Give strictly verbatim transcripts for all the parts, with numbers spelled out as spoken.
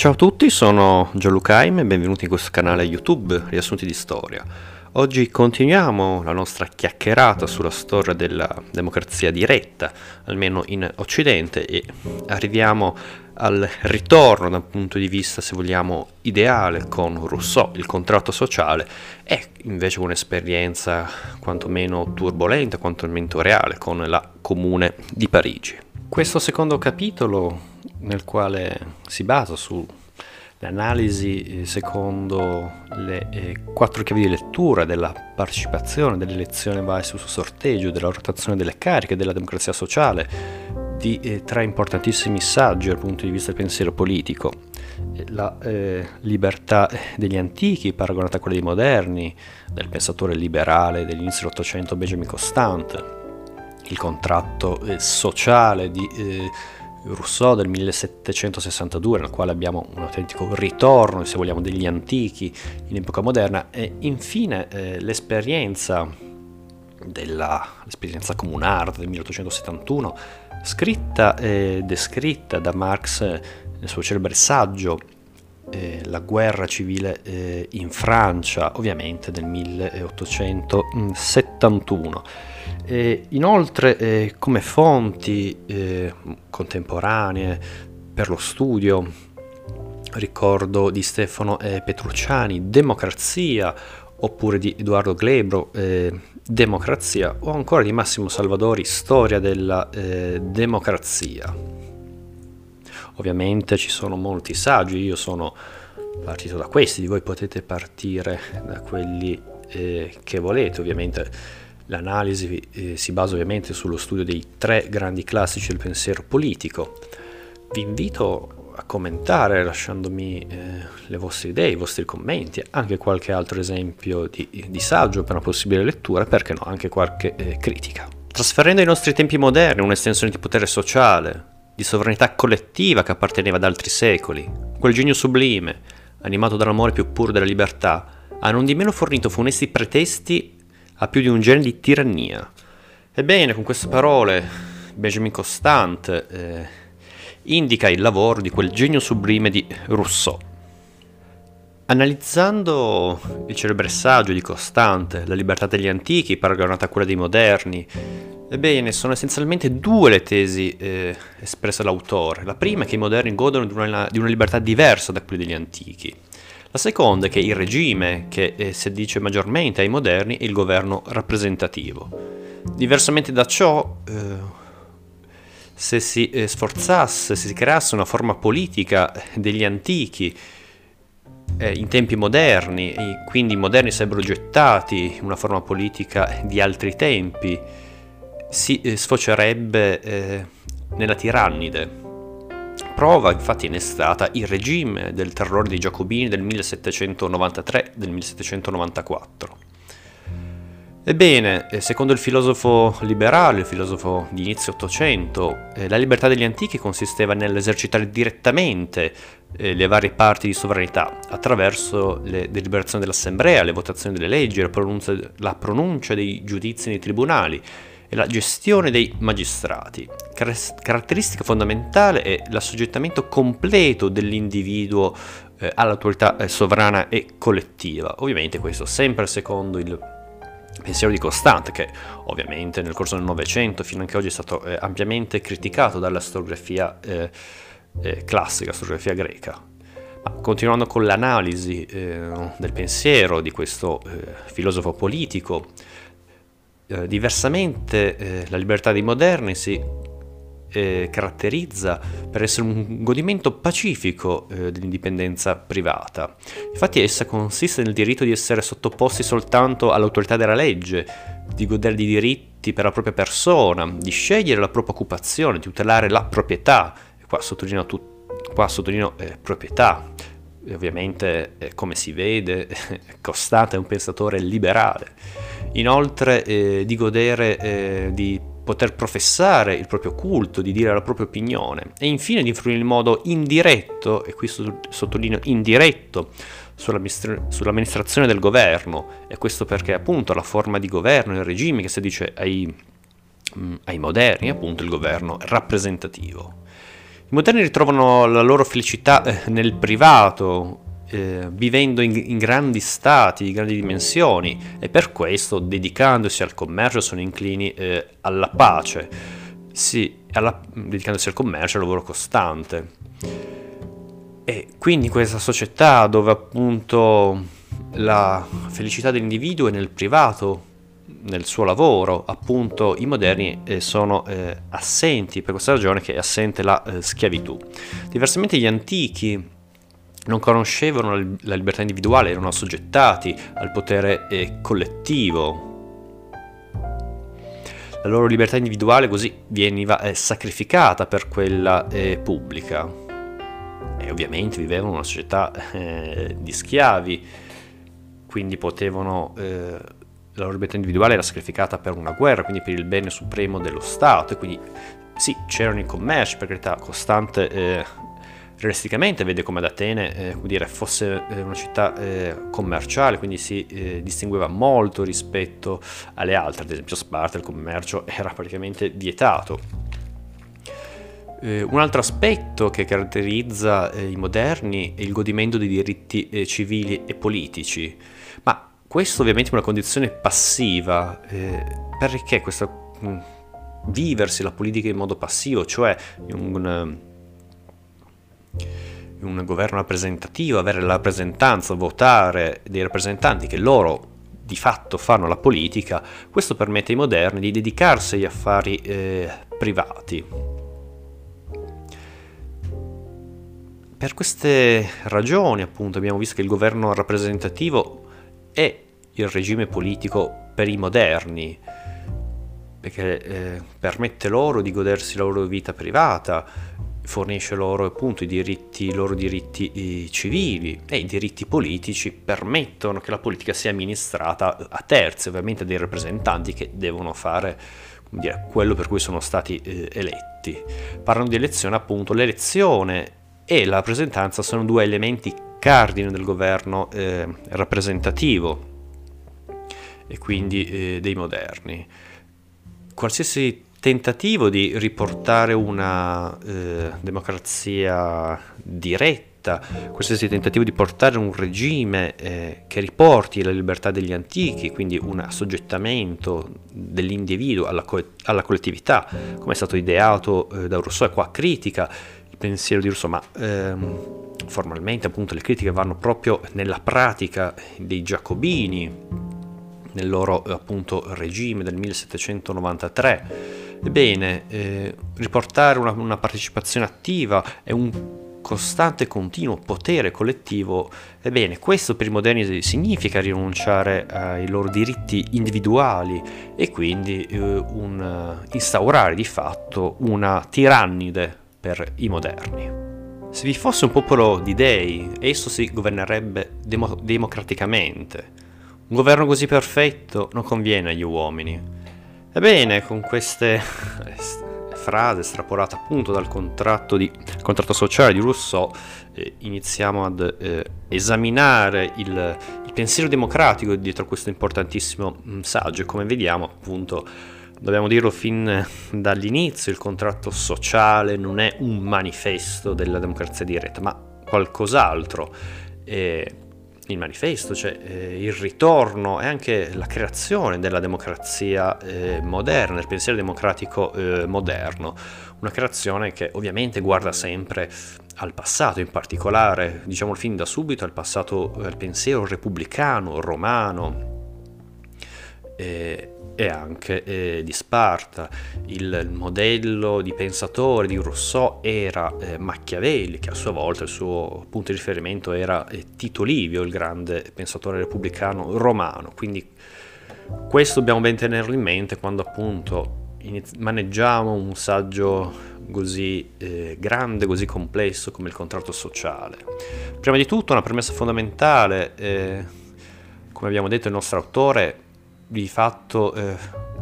Ciao a tutti, sono Gianluca Aim e benvenuti in questo canale YouTube Riassunti di Storia. Oggi continuiamo la nostra chiacchierata sulla storia della democrazia diretta, almeno in Occidente, e arriviamo al ritorno da un punto di vista, se vogliamo, ideale con Rousseau. Il contratto sociale è invece un'esperienza quantomeno turbolenta, quantomeno reale, con la Comune di Parigi. Questo secondo capitolo, nel quale si basa sull'analisi eh, secondo le eh, quattro chiavi di lettura della partecipazione, dell'elezione base su sorteggio, della rotazione delle cariche, della democrazia sociale, di eh, tre importantissimi saggi dal punto di vista del pensiero politico: la eh, libertà degli antichi paragonata a quella dei moderni, del pensatore liberale dell'inizio dell'Ottocento Benjamin Constant; il contratto eh, sociale di eh, Rousseau del millesettecentosessantadue, nel quale abbiamo un autentico ritorno, se vogliamo, degli antichi in epoca moderna; e infine eh, l'esperienza della l'esperienza comunarda del milleottocentosettantuno, scritta e descritta da Marx nel suo celebre saggio eh, La guerra civile eh, in Francia, ovviamente del milleottocentosettantuno. E inoltre, eh, come fonti eh, contemporanee per lo studio, ricordo di Stefano eh, Petrucciani, Democrazia, oppure di Edoardo Glebro, eh, Democrazia, o ancora di Massimo Salvadori, Storia della eh, democrazia. Ovviamente ci sono molti saggi, io sono partito da questi, voi potete partire da quelli eh, che volete. Ovviamente l'analisi eh, si basa ovviamente sullo studio dei tre grandi classici del pensiero politico. Vi invito a commentare lasciandomi eh, le vostre idee, i vostri commenti, anche qualche altro esempio di, di saggio per una possibile lettura, perché no, anche qualche eh, critica. Trasferendo ai nostri tempi moderni un'estensione di potere sociale, di sovranità collettiva che apparteneva ad altri secoli, quel genio sublime, animato dall'amore più puro della libertà, ha non di meno fornito funesti pretesti a più di un genere di tirannia. Ebbene, con queste parole Benjamin Constant eh, indica il lavoro di quel genio sublime di Rousseau. Analizzando il celebre saggio di Constant, La libertà degli antichi paragonata a quella dei moderni, ebbene, sono essenzialmente due le tesi eh, espresse dall'autore. La prima è che i moderni godono di una, di una libertà diversa da quella degli antichi. La seconda è che il regime che eh, si addice maggiormente ai moderni è il governo rappresentativo. Diversamente da ciò, eh, se si eh, sforzasse, se si creasse una forma politica degli antichi eh, in tempi moderni, e quindi i moderni sarebbero gettati in una forma politica di altri tempi, si eh, sfocerebbe eh, nella tirannide. Prova infatti ne è stata il regime del terrore dei Giacobini del millesettecentonovantatré del millesettecentonovantaquattro. Ebbene, secondo il filosofo liberale, il filosofo di inizio Ottocento, eh, la libertà degli antichi consisteva nell'esercitare direttamente eh, le varie parti di sovranità attraverso le deliberazioni dell'assemblea, le votazioni delle leggi, la pronuncia, la pronuncia dei giudizi nei tribunali e la gestione dei magistrati. Car- caratteristica fondamentale è l'assoggettamento completo dell'individuo eh, all'autorità eh, sovrana e collettiva. Ovviamente questo sempre secondo il pensiero di Constant, che ovviamente nel corso del Novecento fino anche oggi è stato eh, ampiamente criticato dalla storiografia eh, eh, classica, storiografia greca. Ma continuando con l'analisi eh, del pensiero di questo eh, filosofo politico, Eh, diversamente eh, la libertà dei moderni si eh, caratterizza per essere un godimento pacifico eh, dell'indipendenza privata. Infatti essa consiste nel diritto di essere sottoposti soltanto all'autorità della legge, di godere di diritti per la propria persona, di scegliere la propria occupazione, di tutelare la proprietà. E qua sottolineo, tut- qua sottolineo eh, proprietà. E ovviamente, eh, come si vede, Constant è un pensatore liberale. Inoltre eh, di godere eh, di poter professare il proprio culto, di dire la propria opinione, e infine di influire in modo indiretto, e qui sottolineo indiretto, sull'amministrazione del governo. E questo perché appunto la forma di governo, il regime che si dice ai, mh, ai moderni, è appunto il governo rappresentativo. I moderni ritrovano la loro felicità eh, nel privato, eh, vivendo in, in grandi stati, di grandi dimensioni, e per questo, dedicandosi al commercio, sono inclini eh, alla pace, sì, alla, dedicandosi al commercio e al lavoro costante. E quindi questa società dove appunto la felicità dell'individuo è nel privato, nel suo lavoro, appunto i moderni eh, sono eh, assenti, per questa ragione che è assente la eh, schiavitù. Diversamente gli antichi non conoscevano la, la libertà individuale, erano assoggettati al potere eh, collettivo. La loro libertà individuale così veniva eh, sacrificata per quella eh, pubblica. E ovviamente vivevano in una società eh, di schiavi, quindi potevano... Eh, la loro libertà individuale era sacrificata per una guerra, quindi per il bene supremo dello Stato, e quindi sì, c'erano i commerci, per carità, Costante eh, realisticamente vede come ad Atene eh, come dire, fosse eh, una città eh, commerciale, quindi si eh, distingueva molto rispetto alle altre, ad esempio Sparta il commercio era praticamente vietato. Eh, un altro aspetto che caratterizza eh, i moderni è il godimento dei diritti eh, civili e politici, ma questo ovviamente è una condizione passiva, eh, perché questo mh, viversi la politica in modo passivo, cioè un, un governo rappresentativo, avere la rappresentanza, votare dei rappresentanti che loro di fatto fanno la politica, questo permette ai moderni di dedicarsi agli affari eh, privati. Per queste ragioni, appunto, abbiamo visto che il governo rappresentativo è il regime politico per i moderni, perché eh, permette loro di godersi la loro vita privata, fornisce loro appunto i diritti, i loro diritti eh, civili, e i diritti politici permettono che la politica sia amministrata a terzi, ovviamente dei rappresentanti che devono fare, come dire, quello per cui sono stati eh, eletti. Parlando di elezione, appunto, l'elezione e la rappresentanza sono due elementi cardine del governo eh, rappresentativo e quindi eh, dei moderni. Qualsiasi tentativo di riportare una eh, democrazia diretta, qualsiasi tentativo di portare un regime eh, che riporti la libertà degli antichi, quindi un assoggettamento dell'individuo alla, co- alla collettività, come è stato ideato eh, da Rousseau, e qua critica il pensiero di Rousseau, ma ehm, formalmente appunto le critiche vanno proprio nella pratica dei giacobini, nel loro appunto regime del millesettecentonovantatré. Ebbene, eh, riportare una, una partecipazione attiva e un costante e continuo potere collettivo, ebbene, questo per i moderni significa rinunciare ai loro diritti individuali e quindi eh, un, uh, instaurare di fatto una tirannide per i moderni. Se vi fosse un popolo di dei, esso si governerebbe demo- democraticamente. Un governo così perfetto non conviene agli uomini. Ebbene, con queste frasi estrapolate appunto dal contratto, di, contratto sociale di Rousseau, eh, iniziamo ad eh, esaminare il, il pensiero democratico dietro questo importantissimo mh, saggio. E come vediamo, appunto, dobbiamo dirlo fin dall'inizio, il contratto sociale non è un manifesto della democrazia diretta, ma qualcos'altro. Eh, il manifesto, cioè eh, il ritorno e anche la creazione della democrazia eh, moderna, del pensiero democratico eh, moderno, una creazione che ovviamente guarda sempre al passato, in particolare, diciamo fin da subito, al passato, al pensiero repubblicano, romano, eh, e anche eh, di Sparta. Il modello di pensatore di Rousseau era eh, Machiavelli, che a sua volta il suo punto di riferimento era eh, Tito Livio, il grande pensatore repubblicano romano. Quindi questo dobbiamo ben tenerlo in mente quando appunto iniz- maneggiamo un saggio così eh, grande, così complesso come il contratto sociale. Prima di tutto una premessa fondamentale, eh, come abbiamo detto il nostro autore di fatto eh,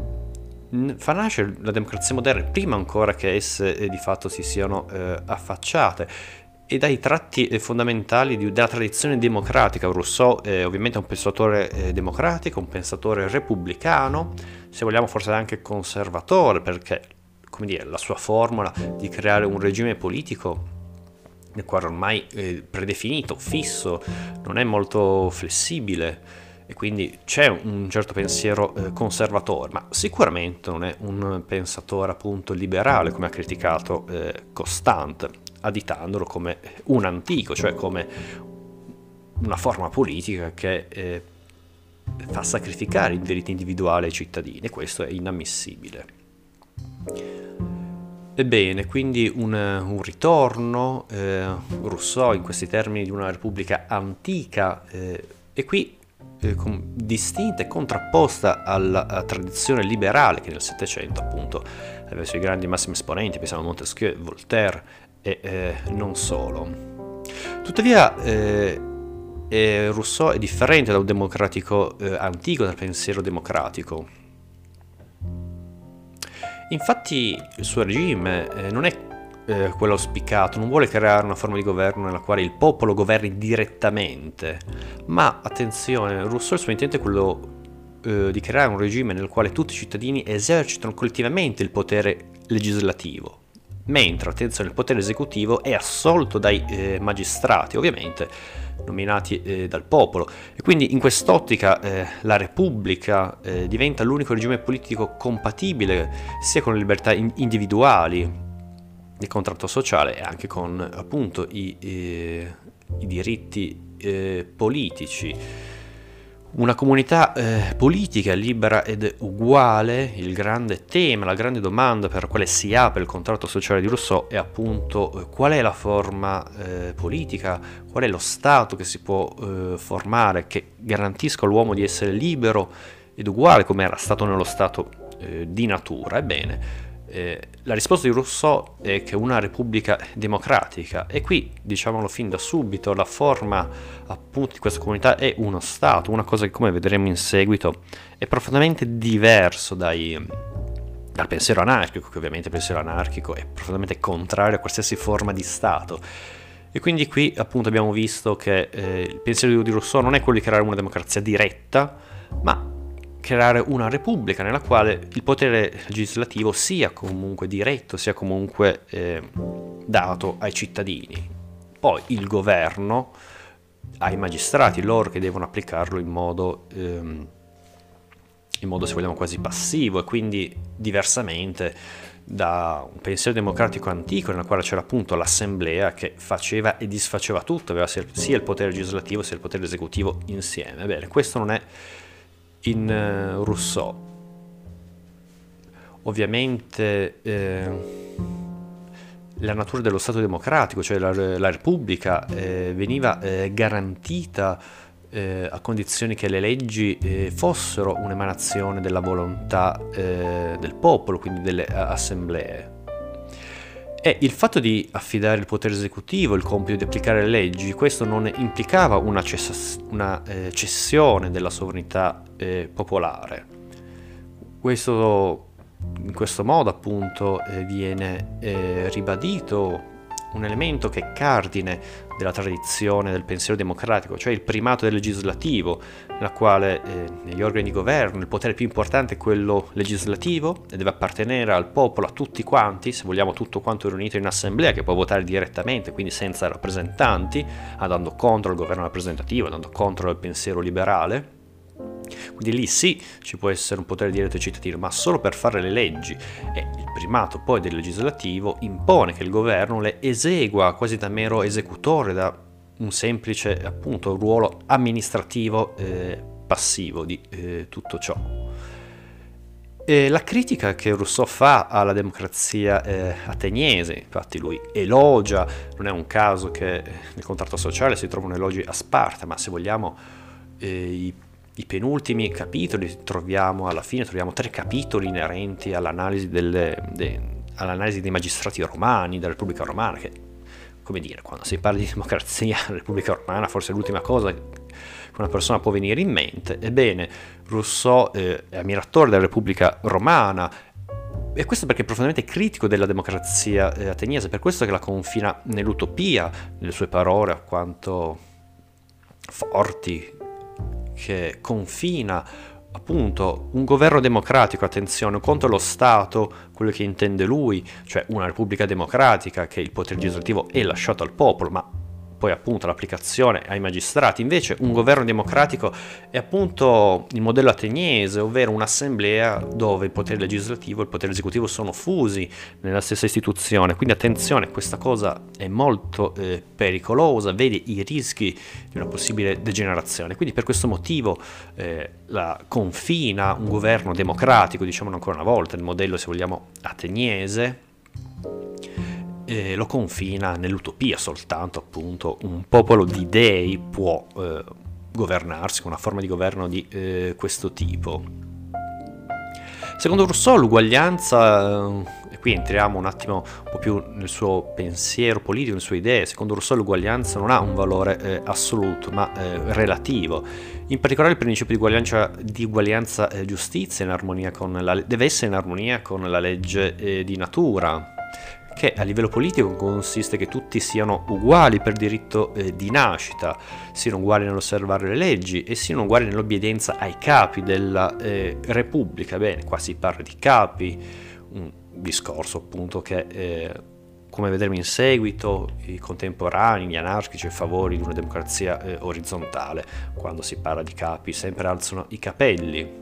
fa nascere la democrazia moderna prima ancora che esse eh, di fatto si siano eh, affacciate, e dai tratti eh, fondamentali di, della tradizione democratica. Rousseau è ovviamente un pensatore eh, democratico, un pensatore repubblicano, se vogliamo forse anche conservatore, perché come dire, la sua formula di creare un regime politico nel quale ormai eh, predefinito, fisso, non è molto flessibile, e quindi c'è un certo pensiero eh, conservatore, ma sicuramente non è un pensatore appunto liberale, come ha criticato eh, Constant, additandolo come un antico, cioè come una forma politica che eh, fa sacrificare i diritti individuali ai cittadini, e questo è inammissibile. Ebbene, quindi un, un ritorno, eh, Rousseau in questi termini di una repubblica antica, eh, e qui eh, com- distinta e contrapposta alla, alla tradizione liberale che nel Settecento appunto aveva i suoi grandi massimi esponenti, pensiamo a Montesquieu, Voltaire e eh, non solo. Tuttavia eh, eh, Rousseau è differente da un democratico eh, antico, dal pensiero democratico. Infatti il suo regime eh, non è eh, quello auspicato, non vuole creare una forma di governo nella quale il popolo governi direttamente, ma attenzione, Rousseau il suo intento è quello eh, di creare un regime nel quale tutti i cittadini esercitano collettivamente il potere legislativo, mentre, attenzione, il potere esecutivo è assolto dai eh, magistrati, ovviamente nominati eh, dal popolo, e quindi in quest'ottica eh, la Repubblica eh, diventa l'unico regime politico compatibile sia con le libertà in- individuali, il contratto sociale, e anche con appunto i, eh, i diritti eh, politici. Una comunità eh, politica libera ed uguale, il grande tema, la grande domanda per la quale si apre il contratto sociale di Rousseau è appunto eh, qual è la forma eh, politica, qual è lo Stato che si può eh, formare, che garantisca all'uomo di essere libero ed uguale come era stato nello Stato eh, di natura. Ebbene, Eh, la risposta di Rousseau è che una repubblica democratica, e qui diciamolo fin da subito, la forma appunto di questa comunità è uno Stato, una cosa che, come vedremo in seguito, è profondamente diverso dai, dal pensiero anarchico, che ovviamente il pensiero anarchico è profondamente contrario a qualsiasi forma di Stato. E quindi qui appunto abbiamo visto che eh, il pensiero di Rousseau non è quello di creare una democrazia diretta, ma creare una repubblica nella quale il potere legislativo sia comunque diretto, sia comunque eh, dato ai cittadini. Poi il governo, ai magistrati, loro che devono applicarlo in modo, ehm, in modo se vogliamo quasi passivo, e quindi diversamente da un pensiero democratico antico nel quale c'era appunto l'assemblea che faceva e disfaceva tutto, aveva sia il potere legislativo sia il potere esecutivo insieme. Bene, questo non è in uh, Rousseau. Ovviamente eh, la natura dello Stato democratico, cioè la, la Repubblica, eh, veniva eh, garantita eh, a condizioni che le leggi eh, fossero un'emanazione della volontà eh, del popolo, quindi delle assemblee. E il fatto di affidare il potere esecutivo, il compito di applicare le leggi, questo non implicava una, cess- una eh, cessione della sovranità eh, popolare. Questo, in questo modo appunto eh, viene eh, ribadito un elemento che è cardine della tradizione del pensiero democratico, cioè il primato del legislativo, nella quale eh, negli organi di governo il potere più importante è quello legislativo e deve appartenere al popolo, a tutti quanti, se vogliamo tutto quanto riunito in assemblea, che può votare direttamente, quindi senza rappresentanti, andando contro il governo rappresentativo, andando contro il pensiero liberale. Quindi lì sì, ci può essere un potere diretto ai cittadini, ma solo per fare le leggi, e il primato poi del legislativo impone che il governo le esegua quasi da mero esecutore, da un semplice appunto ruolo amministrativo eh, passivo di eh, tutto ciò. E la critica che Rousseau fa alla democrazia eh, ateniese, infatti lui elogia, non è un caso che nel contratto sociale si trovano elogi a Sparta, ma se vogliamo eh, i I penultimi capitoli troviamo, alla fine troviamo tre capitoli inerenti all'analisi, delle, de, all'analisi dei magistrati romani, della Repubblica Romana, che, come dire, quando si parla di democrazia, la Repubblica Romana forse è l'ultima cosa che una persona può venire in mente. Ebbene, Rousseau eh, è ammiratore della Repubblica Romana, e questo perché è profondamente critico della democrazia eh, ateniese, per questo che la confina nell'utopia, nelle sue parole alquanto forti, che confina appunto un governo democratico, attenzione, un conto è lo Stato, quello che intende lui, cioè una repubblica democratica che il potere legislativo è lasciato al popolo, ma poi appunto l'applicazione ai magistrati. Invece un governo democratico è appunto il modello ateniese, ovvero un'assemblea dove il potere legislativo e il potere esecutivo sono fusi nella stessa istituzione. Quindi attenzione, questa cosa è molto eh, pericolosa, vede i rischi di una possibile degenerazione. Quindi per questo motivo eh, la confina un governo democratico, diciamo ancora una volta, il modello, se vogliamo, ateniese, Eh, lo confina nell'utopia. Soltanto appunto un popolo di dei può eh, governarsi con una forma di governo di eh, questo tipo. Secondo Rousseau l'uguaglianza, e qui entriamo un attimo un po' più nel suo pensiero politico, nelle sue idee, secondo Rousseau l'uguaglianza non ha un valore eh, assoluto ma eh, relativo. In particolare il principio di uguaglianza, di uguaglianza eh, giustizia in armonia con la, deve essere in armonia con la legge eh, di natura, che a livello politico consiste che tutti siano uguali per diritto eh, di nascita, siano uguali nell'osservare le leggi e siano uguali nell'obbedienza ai capi della eh, Repubblica. Bene, qua si parla di capi, un discorso appunto che, eh, come vedremo in seguito, i contemporanei, gli anarchici, a favore di una democrazia eh, orizzontale, quando si parla di capi sempre alzano i capelli.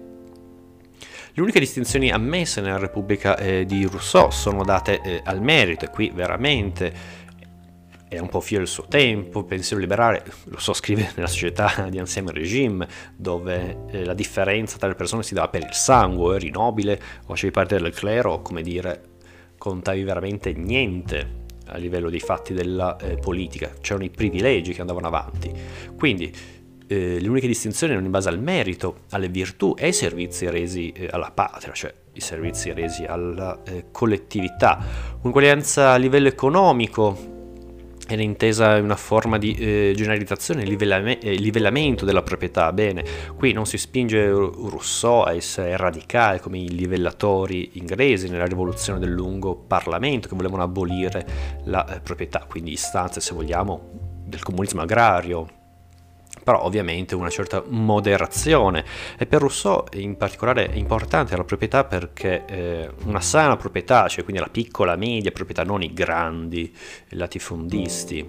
Le uniche distinzioni ammesse nella Repubblica eh, di Rousseau sono date eh, al merito, e qui veramente è un po' figlio del suo tempo. Il pensiero liberale, Rousseau scrive nella società di Ancien Régime, dove eh, la differenza tra le persone si dava per il sangue, eri nobile o facevi parte del clero, come dire, contavi veramente niente a livello dei fatti della eh, politica, c'erano i privilegi che andavano avanti. Quindi Eh, le uniche distinzioni erano in base al merito, alle virtù e ai servizi resi eh, alla patria, cioè i servizi resi alla eh, collettività. Un'uguaglianza a livello economico era intesa in una forma di eh, generalizzazione e livellame- eh, livellamento della proprietà. Bene, qui non si spinge Rousseau a essere radicale come i livellatori inglesi nella rivoluzione del lungo Parlamento, che volevano abolire la eh, proprietà, quindi istanze, se vogliamo, del comunismo agrario, però ovviamente una certa moderazione. E per Rousseau in particolare è importante la proprietà perché eh, una sana proprietà, cioè quindi la piccola media proprietà, non i grandi latifondisti,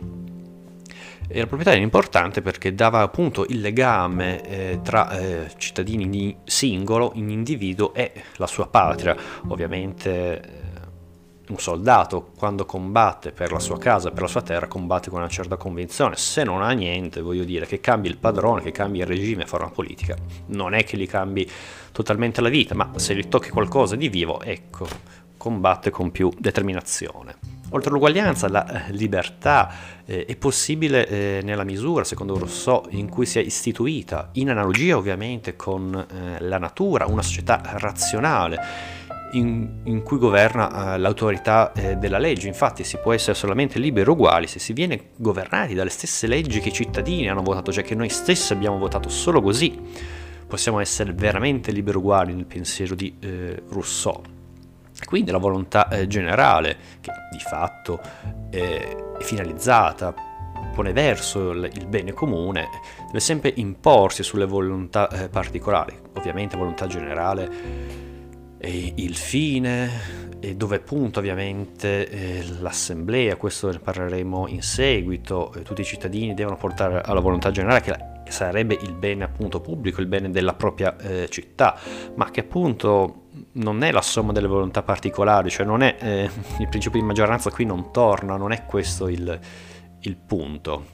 e la proprietà era importante perché dava appunto il legame eh, tra eh, cittadini di singolo, in individuo, e la sua patria. Ovviamente un soldato, quando combatte per la sua casa, per la sua terra, combatte con una certa convinzione. Se non ha niente, voglio dire, che cambi il padrone, che cambi il regime, forma politica, non è che gli cambi totalmente la vita, ma se gli tocchi qualcosa di vivo, ecco, combatte con più determinazione. Oltre all'uguaglianza, la libertà eh, è possibile eh, nella misura, secondo Rousseau, in cui sia istituita, in analogia ovviamente con eh, la natura, una società razionale, In, in cui governa uh, l'autorità eh, della legge. Infatti si può essere solamente liberi e uguali se si viene governati dalle stesse leggi che i cittadini hanno votato, cioè che noi stessi abbiamo votato. Solo così possiamo essere veramente liberi e uguali nel pensiero di eh, Rousseau. Quindi la volontà eh, generale, che di fatto eh, è finalizzata, pone verso il, il bene comune, deve sempre imporsi sulle volontà eh, particolari. Ovviamente volontà generale e il fine, e dove punta ovviamente eh, l'assemblea, questo ne parleremo in seguito. Eh, tutti i cittadini devono portare alla volontà generale, che, la, che sarebbe il bene appunto pubblico, il bene della propria eh, città, ma che appunto non è la somma delle volontà particolari, cioè non è eh, il principio di maggioranza qui non torna, non è questo il, il punto.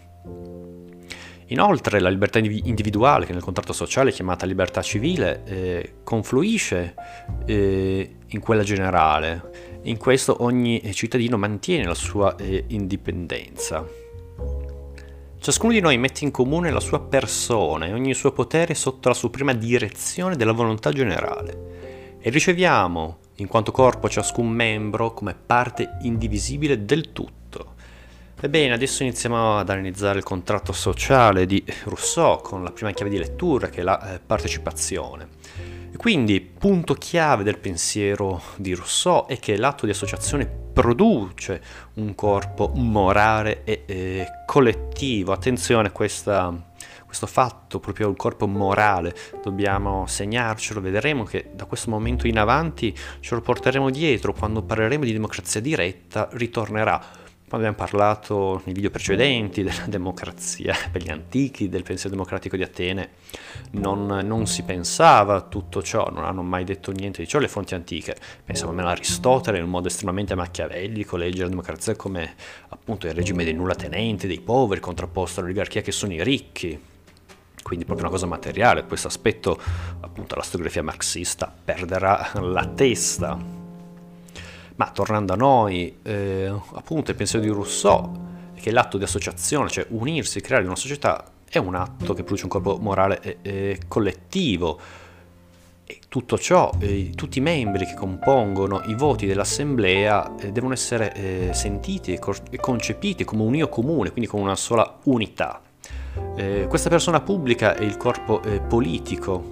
Inoltre la libertà individuale, che nel contratto sociale è chiamata libertà civile, eh, confluisce eh, in quella generale. In questo ogni cittadino mantiene la sua eh, indipendenza. Ciascuno di noi mette in comune la sua persona e ogni suo potere sotto la suprema direzione della volontà generale, e riceviamo, in quanto corpo, ciascun membro come parte indivisibile del tutto. Ebbene, adesso iniziamo ad analizzare il contratto sociale di Rousseau con la prima chiave di lettura, che è la eh, partecipazione. E quindi, punto chiave del pensiero di Rousseau è che l'atto di associazione produce un corpo morale e eh, collettivo. Attenzione, questa, questo fatto, proprio il corpo morale, dobbiamo segnarcelo, vedremo che da questo momento in avanti ce lo porteremo dietro, quando parleremo di democrazia diretta ritornerà. Quando abbiamo parlato nei video precedenti della democrazia per gli antichi, del pensiero democratico di Atene, non, non si pensava a tutto ciò, non hanno mai detto niente di ciò le fonti antiche. Pensiamo almeno a Aristotele in un modo estremamente machiavellico, legge la democrazia come appunto il regime dei nullatenenti, dei poveri, contrapposto all'oligarchia che sono i ricchi. Quindi proprio una cosa materiale. Questo aspetto, appunto, la storiografia marxista perderà la testa. Ma tornando a noi, eh, appunto il pensiero di Rousseau è che l'atto di associazione, cioè unirsi, creare una società, è un atto che produce un corpo morale e, e collettivo. E tutto ciò, eh, tutti i membri che compongono i voti dell'assemblea eh, devono essere eh, sentiti e, cor- e concepiti come un io comune, quindi come una sola unità. Eh, questa persona pubblica è il corpo eh, politico,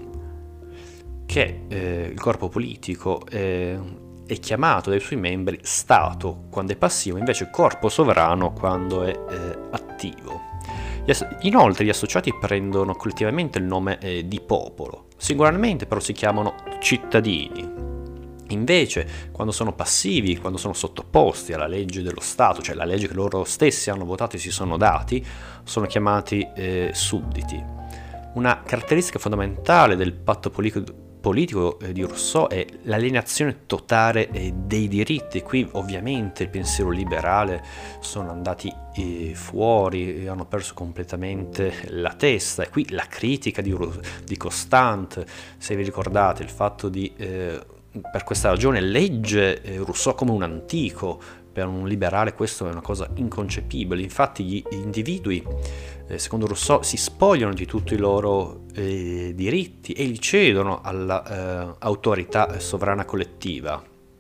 che eh, il corpo politico è, è chiamato dai suoi membri Stato quando è passivo, invece corpo sovrano quando è eh, attivo. Inoltre gli associati prendono collettivamente il nome eh, di popolo, singolarmente però si chiamano cittadini. Invece, quando sono passivi, quando sono sottoposti alla legge dello Stato, cioè la legge che loro stessi hanno votato e si sono dati, sono chiamati eh, sudditi. Una caratteristica fondamentale del patto politico politico di Rousseau è l'alienazione totale dei diritti. Qui ovviamente il pensiero liberale sono andati fuori e hanno perso completamente la testa, e qui la critica di, di Constant, se vi ricordate, il fatto di eh, per questa ragione legge eh, Rousseau come un antico. Per un liberale questo è una cosa inconcepibile. Infatti gli individui, eh, secondo Rousseau, si spogliano di tutti i loro eh, diritti e li cedono all'autorità eh, sovrana collettiva.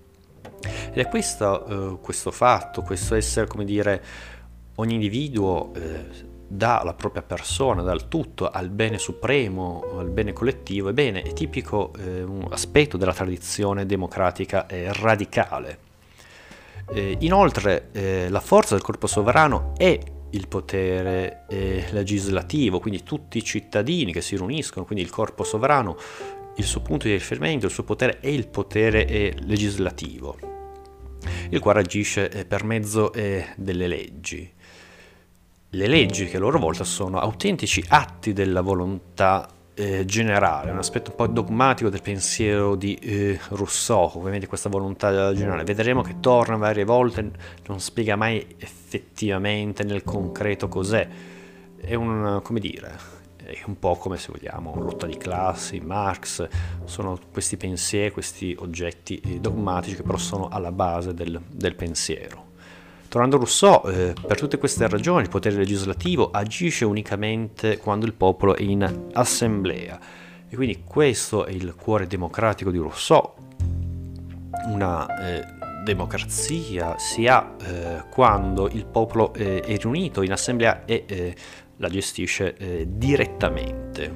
Ed è questo, eh, questo fatto, questo essere, come dire, ogni individuo eh, dà la propria persona, dal tutto al bene supremo, al bene collettivo, ebbene è tipico eh, un aspetto della tradizione democratica e radicale. Eh, inoltre eh, la forza del corpo sovrano è il potere eh, legislativo, quindi tutti i cittadini che si riuniscono, quindi il corpo sovrano, il suo punto di riferimento, il suo potere è il potere eh, legislativo, il quale agisce eh, per mezzo eh, delle leggi. Le leggi che a loro volta sono autentici atti della volontà Eh, generale, un aspetto un po' dogmatico del pensiero di eh, Rousseau, ovviamente questa volontà generale. Vedremo che torna varie volte, non spiega mai effettivamente nel concreto cos'è. È un, come dire, è un po' come, se vogliamo, lotta di classi, Marx, sono questi pensieri, questi oggetti dogmatici che però sono alla base del, del pensiero. Tornando a Rousseau, eh, per tutte queste ragioni il potere legislativo agisce unicamente quando il popolo è in assemblea, e quindi questo è il cuore democratico di Rousseau. Una eh, democrazia si ha eh, quando il popolo eh, è riunito in assemblea e eh, la gestisce eh, direttamente,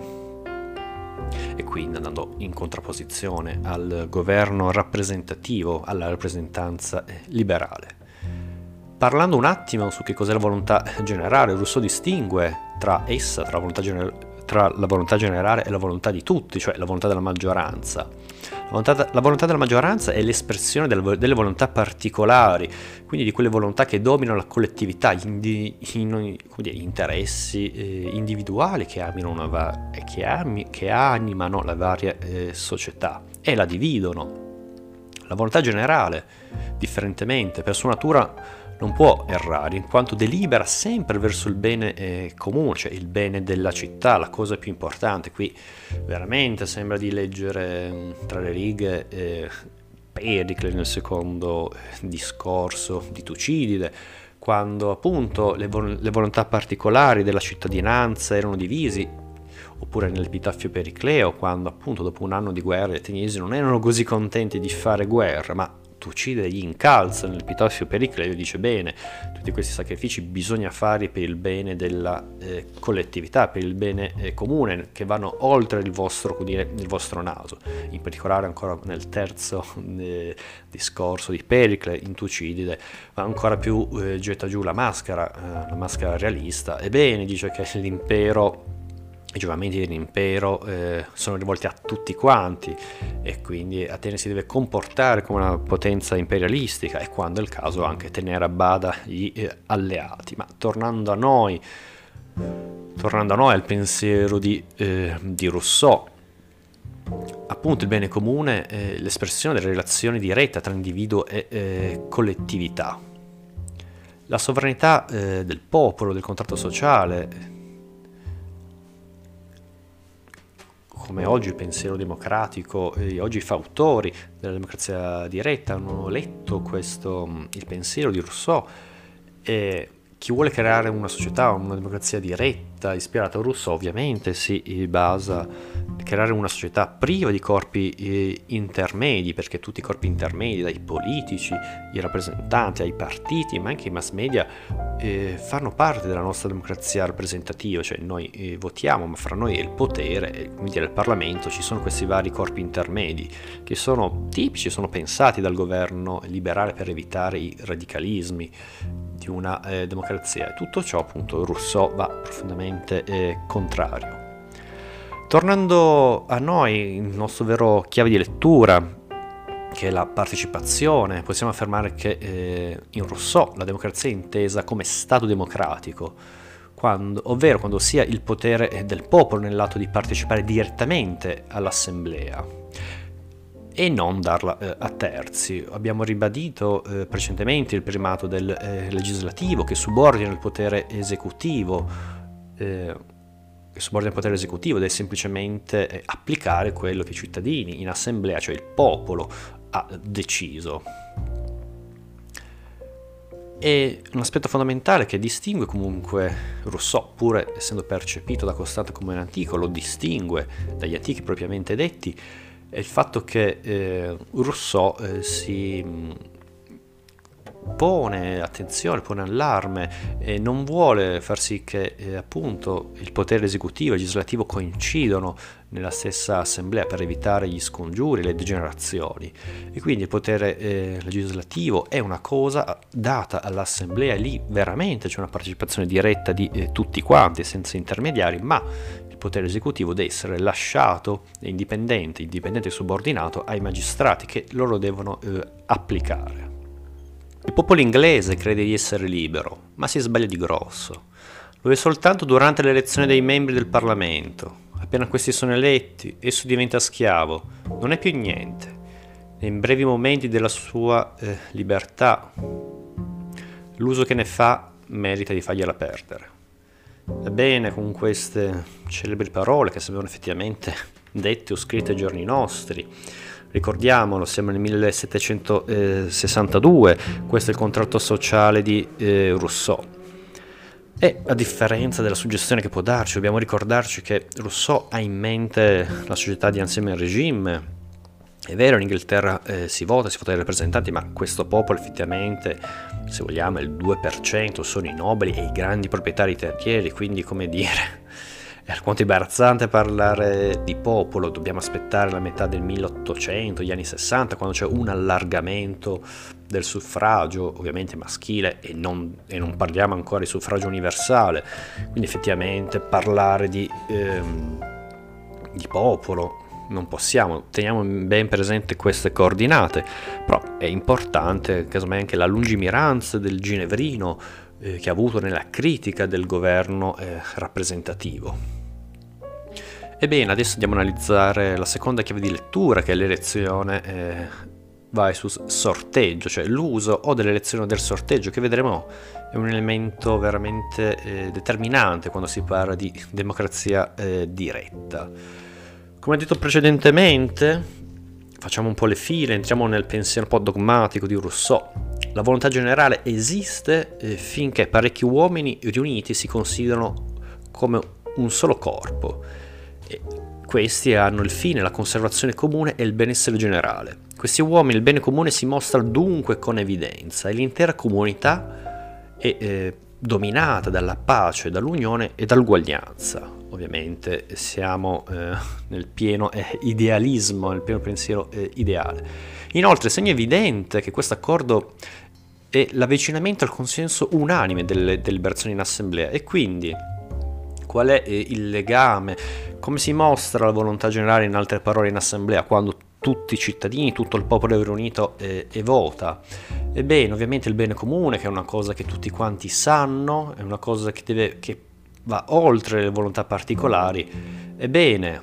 e quindi andando in contrapposizione al governo rappresentativo, alla rappresentanza eh, liberale. Parlando un attimo su che cos'è la volontà generale, Rousseau distingue tra essa, tra la volontà, gener- tra la volontà generale e la volontà di tutti, cioè la volontà della maggioranza. La volontà, la volontà della maggioranza è l'espressione delle, delle volontà particolari, quindi di quelle volontà che dominano la collettività, gli, indi, in, dire, gli interessi eh, individuali che, una va- che, ami, che animano la varia eh, società e la dividono. La volontà generale, differentemente, per sua natura, non può errare, in quanto delibera sempre verso il bene eh, comune, cioè il bene della città, la cosa più importante. Qui veramente sembra di leggere tra le righe eh, Pericle nel secondo discorso di Tucidide, quando appunto le, vol- le volontà particolari della cittadinanza erano divisi, oppure nell'Epitaffio Pericleo, quando appunto dopo un anno di guerra gli ateniesi non erano così contenti di fare guerra, ma Tucidide gli incalza nell'Epitaffio Pericleo e dice: bene, tutti questi sacrifici bisogna farli per il bene della eh, collettività, per il bene eh, comune, che vanno oltre il vostro, dire, il vostro naso. In particolare ancora nel terzo eh, discorso di Pericle, in Tucidide, ma ancora più eh, getta giù la maschera, eh, la maschera realista. Ebbene, dice che l'impero i giovamenti dell'impero eh, sono rivolti a tutti quanti e quindi Atene si deve comportare come una potenza imperialistica e quando è il caso anche tenere a bada gli eh, alleati. Ma tornando a noi, tornando a noi al pensiero di, eh, di Rousseau, appunto il bene comune è l'espressione delle relazioni dirette tra individuo e eh, collettività. La sovranità eh, del popolo, del contratto sociale, come oggi il pensiero democratico, eh, oggi i fautori della democrazia diretta hanno letto questo, il pensiero di Rousseau, e chi vuole creare una società, una democrazia diretta ispirata a Rousseau ovviamente si basa per creare una società priva di corpi eh, intermedi, perché tutti i corpi intermedi, dai politici, i rappresentanti, ai partiti, ma anche i mass media, eh, fanno parte della nostra democrazia rappresentativa, cioè noi eh, votiamo, ma fra noi e il potere, eh, quindi nel Parlamento ci sono questi vari corpi intermedi che sono tipici, sono pensati dal governo liberale per evitare i radicalismi di una eh, democrazia. Tutto ciò appunto Rousseau va profondamente eh, contrario. Tornando a noi, il nostro vero chiave di lettura, che è la partecipazione, possiamo affermare che eh, in Rousseau la democrazia è intesa come stato democratico, quando, ovvero quando sia il potere del popolo nell'atto di partecipare direttamente all'assemblea e non darla eh, a terzi. Abbiamo ribadito eh, precedentemente il primato del eh, legislativo che subordina il potere esecutivo, eh, che subordina il potere esecutivo ed è semplicemente eh, applicare quello che i cittadini in assemblea, cioè il popolo, ha deciso. E un aspetto fondamentale che distingue comunque Rousseau, pur essendo percepito da Costante come un antico, lo distingue dagli antichi propriamente detti, è il fatto che eh, Rousseau eh, si pone attenzione, pone allarme e non vuole far sì che eh, appunto il potere esecutivo e legislativo coincidono nella stessa assemblea per evitare gli scongiuri, le degenerazioni, e quindi il potere eh, legislativo è una cosa data all'assemblea, e lì veramente c'è una partecipazione diretta di eh, tutti quanti senza intermediari, ma il potere esecutivo deve essere lasciato indipendente, indipendente e subordinato ai magistrati che loro devono eh, applicare. Il popolo inglese crede di essere libero, ma si sbaglia di grosso. Lo è soltanto durante l'elezione dei membri del Parlamento. Appena questi sono eletti, esso diventa schiavo, non è più niente. Nei brevi momenti della sua eh, libertà, l'uso che ne fa merita di fargliela perdere. Ebbene, con queste celebri parole che sembrano effettivamente dette o scritte ai giorni nostri, ricordiamolo, siamo nel millesettecentosessantadue, questo è il contratto sociale di eh, Rousseau. E a differenza della suggestione che può darci, dobbiamo ricordarci che Rousseau ha in mente la società di ancien regime. È vero, in Inghilterra eh, si vota, si vota dai rappresentanti, ma questo popolo effettivamente, se vogliamo, il due per cento sono i nobili e i grandi proprietari terrieri, quindi come dire, è alquanto imbarazzante parlare di popolo. Dobbiamo aspettare la metà del milleottocento, gli anni sessanta, quando c'è un allargamento del suffragio, ovviamente maschile, e non, e non parliamo ancora di suffragio universale, quindi effettivamente parlare di, ehm, di popolo non possiamo. Teniamo ben presente queste coordinate, però è importante casomai anche la lungimiranza del ginevrino eh, che ha avuto nella critica del governo eh, rappresentativo. Ebbene, adesso andiamo a analizzare la seconda chiave di lettura, che è l'elezione eh, vai su sorteggio, cioè l'uso o dell'elezione o del sorteggio, che vedremo è un elemento veramente eh, determinante quando si parla di democrazia eh, diretta. Come detto precedentemente, facciamo un po' le file, entriamo nel pensiero un po' dogmatico di Rousseau. La volontà generale esiste eh, finché parecchi uomini riuniti si considerano come un solo corpo. E questi hanno il fine, la conservazione comune e il benessere generale. Questi uomini, il bene comune si mostra dunque con evidenza e l'intera comunità è eh, dominata dalla pace, dall'unione e dall'uguaglianza. Ovviamente siamo eh, nel pieno eh, idealismo, nel pieno pensiero eh, ideale. Inoltre, segno evidente che questo accordo è l'avvicinamento al consenso unanime delle deliberazioni in assemblea, e quindi Qual è eh, il legame? Come si mostra la volontà generale, in altre parole, in assemblea, quando tutti i cittadini, tutto il popolo è riunito eh, e vota? Ebbene, ovviamente il bene comune, che è una cosa che tutti quanti sanno, è una cosa che, deve, che va oltre le volontà particolari. Ebbene,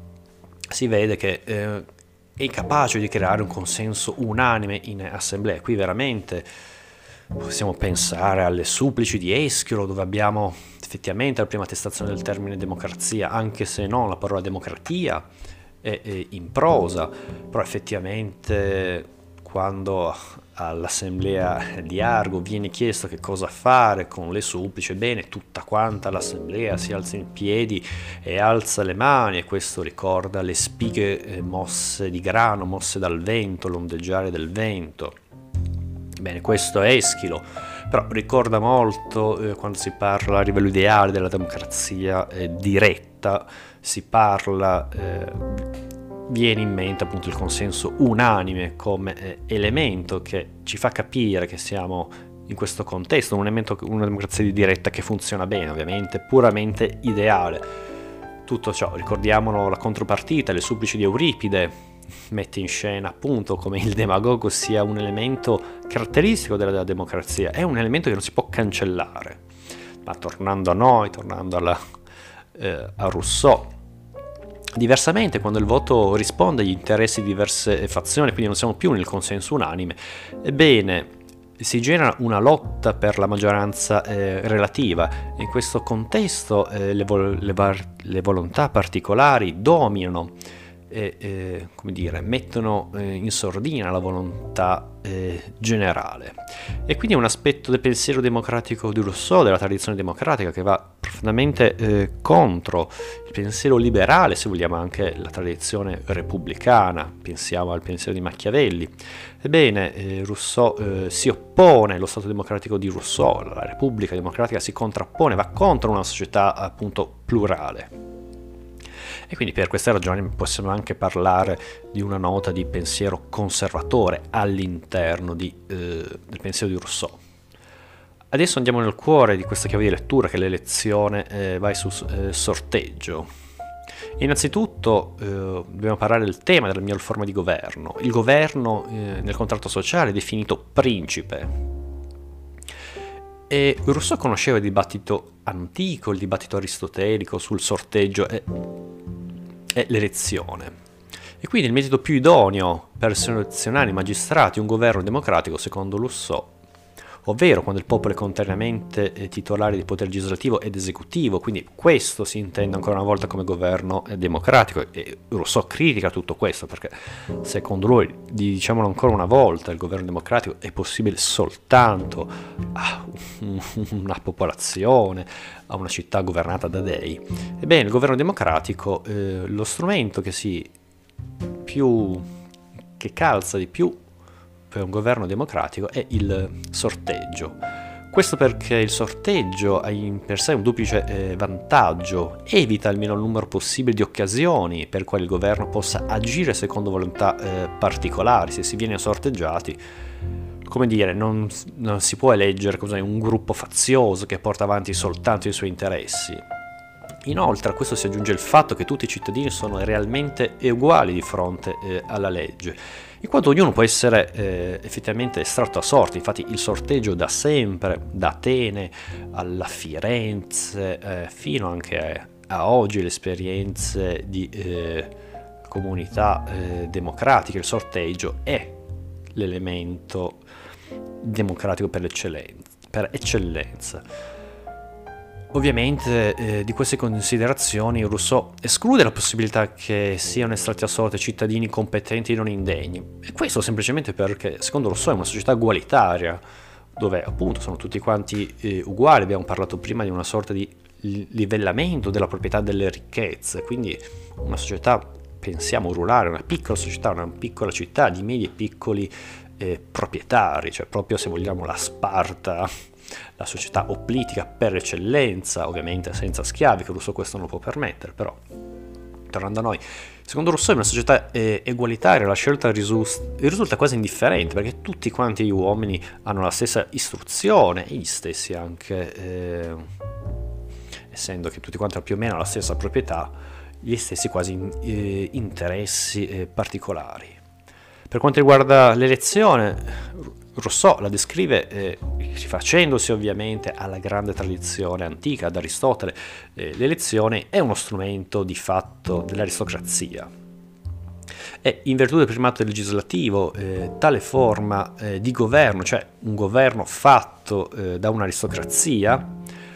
si vede che eh, è incapace di creare un consenso unanime in assemblea. Qui veramente possiamo pensare alle supplici di Eschilo, dove abbiamo effettivamente la prima attestazione del termine democrazia, anche se non la parola democratia è, è in prosa, però effettivamente quando all'assemblea di Argo viene chiesto che cosa fare con le supplici, bene, tutta quanta l'assemblea si alza in piedi e alza le mani, e questo ricorda le spighe mosse di grano, mosse dal vento, l'ondeggiare del vento. Bene, questo è Eschilo, però ricorda molto eh, quando si parla a livello ideale della democrazia eh, diretta, si parla, eh, viene in mente appunto il consenso unanime come eh, elemento che ci fa capire che siamo in questo contesto, un elemento, una democrazia diretta che funziona bene, ovviamente, puramente ideale. Tutto ciò, ricordiamolo, la contropartita, le supplici di Euripide, mette in scena appunto come il demagogo sia un elemento caratteristico della, della democrazia, è un elemento che non si può cancellare. Ma tornando a noi, tornando alla, eh, a Rousseau, diversamente quando il voto risponde agli interessi di diverse fazioni, quindi non siamo più nel consenso unanime, ebbene si genera una lotta per la maggioranza eh, relativa. In questo contesto eh, le, vol- le, var- le volontà particolari dominano e eh, come dire, mettono eh, in sordina la volontà eh, generale. E quindi è un aspetto del pensiero democratico di Rousseau, della tradizione democratica, che va profondamente eh, contro il pensiero liberale, se vogliamo anche la tradizione repubblicana, pensiamo al pensiero di Machiavelli. Ebbene, eh, Rousseau eh, si oppone, lo Stato democratico di Rousseau, la Repubblica democratica si contrappone, va contro una società appunto plurale. E quindi per queste ragioni possiamo anche parlare di una nota di pensiero conservatore all'interno di, eh, del pensiero di Rousseau. Adesso andiamo nel cuore di questa chiave di lettura, che è l'elezione eh, vai su eh, sorteggio. Innanzitutto eh, dobbiamo parlare del tema della miglior forma di governo. Il governo eh, nel contratto sociale è definito principe. E Rousseau conosceva il dibattito antico, il dibattito aristotelico sul sorteggio e, e l'elezione. E quindi il metodo più idoneo per selezionare i magistrati un governo democratico, secondo Rousseau, ovvero quando il popolo è contrariamente titolare di potere legislativo ed esecutivo, quindi questo si intende ancora una volta come governo democratico, e Rousseau critica tutto questo perché secondo lui, diciamolo ancora una volta, il governo democratico è possibile soltanto a una popolazione, a una città governata da dei. Ebbene, il governo democratico, eh, lo strumento che si più che calza di più per un governo democratico è il sorteggio. Questo perché il sorteggio ha in per sé un duplice eh, vantaggio: evita il minor numero possibile di occasioni per cui il governo possa agire secondo volontà eh, particolari. Se si viene sorteggiati, come dire, non, non si può eleggere così un gruppo fazioso che porta avanti soltanto i suoi interessi. Inoltre a questo si aggiunge il fatto che tutti i cittadini sono realmente uguali di fronte eh, alla legge, in quanto ognuno può essere eh, effettivamente estratto a sorte. Infatti il sorteggio da sempre, da Atene alla Firenze, eh, fino anche a, a oggi le esperienze di eh, comunità eh, democratiche, il sorteggio è l'elemento democratico per eccellenza. Per eccellenza. Ovviamente eh, di queste considerazioni Rousseau esclude la possibilità che siano estratti a sorte cittadini competenti e non indegni, e questo semplicemente perché secondo Rousseau è una società egualitaria, dove appunto sono tutti quanti eh, uguali. Abbiamo parlato prima di una sorta di livellamento della proprietà delle ricchezze, quindi una società, pensiamo, rurale, una piccola società, una piccola città di medi e piccoli eh, proprietari, cioè proprio, se vogliamo, la Sparta, la società oplitica per eccellenza, ovviamente senza schiavi, che Rousseau questo non lo può permettere. Però tornando a noi, secondo Rousseau in una società eh, egualitaria la scelta risulta, risulta quasi indifferente, perché tutti quanti gli uomini hanno la stessa istruzione e gli stessi anche eh, essendo che tutti quanti hanno più o meno la stessa proprietà, gli stessi quasi eh, interessi eh, particolari. Per quanto riguarda l'elezione, Rousseau la descrive eh, rifacendosi ovviamente alla grande tradizione antica, ad Aristotele. Eh, l'elezione è uno strumento di fatto dell'aristocrazia. E in virtù del primato legislativo, eh, tale forma eh, di governo, cioè un governo fatto eh, da un'aristocrazia,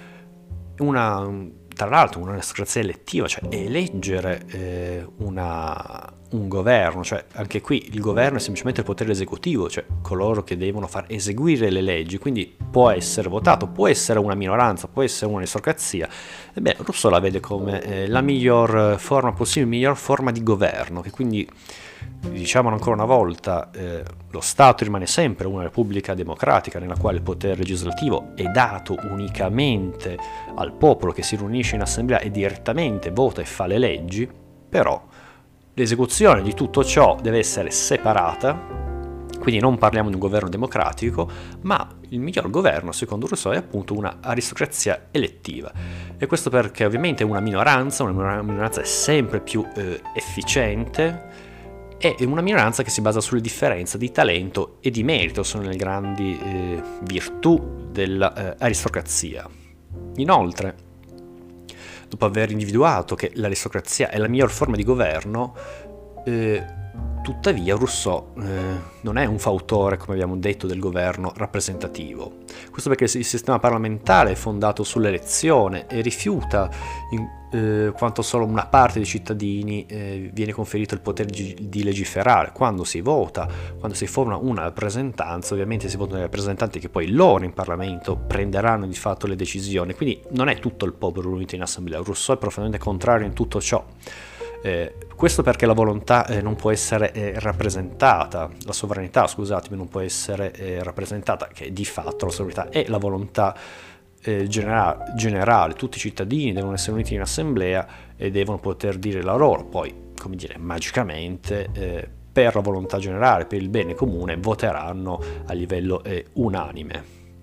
una, tra l'altro un'aristocrazia elettiva, cioè eleggere eh, una, un governo, cioè anche qui il governo è semplicemente il potere esecutivo, cioè coloro che devono far eseguire le leggi, quindi può essere votato, può essere una minoranza, può essere un'aristocrazia. Ebbene, Rousseau la vede come eh, la miglior forma possibile, la miglior forma di governo, che quindi, diciamo ancora una volta, eh, lo Stato rimane sempre una repubblica democratica nella quale il potere legislativo è dato unicamente al popolo che si riunisce in assemblea e direttamente vota e fa le leggi, però l'esecuzione di tutto ciò deve essere separata, quindi non parliamo di un governo democratico, ma il miglior governo, secondo Rousseau, è appunto una aristocrazia elettiva. E questo perché ovviamente una minoranza, una minoranza è sempre più eh, efficiente, è una minoranza che si basa sulle differenze di talento e di merito, sono le grandi eh, virtù dell'aristocrazia. Inoltre, dopo aver individuato che l'aristocrazia è la miglior forma di governo, eh, tuttavia Rousseau eh, non è un fautore, come abbiamo detto, del governo rappresentativo. Questo perché il sistema parlamentare è fondato sull'elezione e rifiuta in, eh, quanto solo una parte dei cittadini eh, viene conferito il potere di legiferare. Quando si vota, quando si forma una rappresentanza, ovviamente si votano i rappresentanti che poi loro in Parlamento prenderanno di fatto le decisioni, quindi non è tutto il popolo riunito in assemblea. Rousseau è profondamente contrario in tutto ciò. Eh, questo perché la volontà eh, non può essere eh, rappresentata, la sovranità, scusatemi, non può essere eh, rappresentata, che di fatto la sovranità è la volontà eh, genera- generale, tutti i cittadini devono essere uniti in assemblea e devono poter dire la loro, poi, come dire, magicamente, eh, per la volontà generale, per il bene comune, voteranno a livello eh, unanime.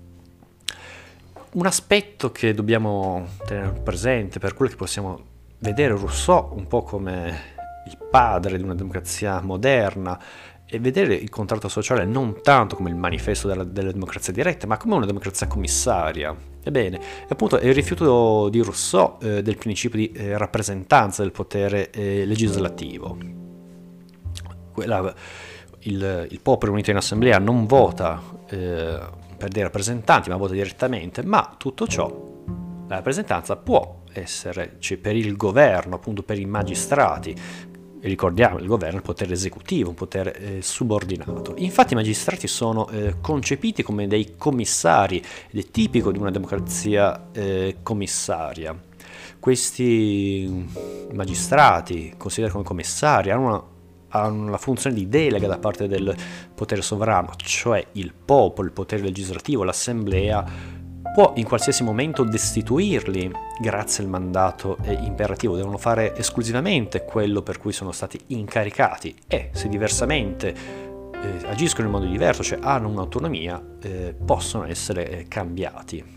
Un aspetto che dobbiamo tenere presente per quello che possiamo vedere Rousseau un po' come il padre di una democrazia moderna e vedere il contratto sociale non tanto come il manifesto della, della democrazia diretta, ma come una democrazia commissaria. Ebbene, appunto è il rifiuto di Rousseau eh, del principio di eh, rappresentanza del potere eh, legislativo. Quella, il, il popolo unito in assemblea non vota eh, per dei rappresentanti, ma vota direttamente, ma tutto ciò, la rappresentanza può essere, cioè per il governo, appunto per i magistrati, e ricordiamo il governo è il potere esecutivo, un potere eh, subordinato. Infatti i magistrati sono eh, concepiti come dei commissari ed è tipico di una democrazia eh, commissaria. Questi magistrati, considerati come commissari, hanno una hanno la funzione di delega da parte del potere sovrano, cioè il popolo, il potere legislativo, l'assemblea può in qualsiasi momento destituirli grazie al mandato imperativo, devono fare esclusivamente quello per cui sono stati incaricati e se diversamente eh, agiscono in modo diverso, cioè hanno un'autonomia, eh, possono essere eh, cambiati.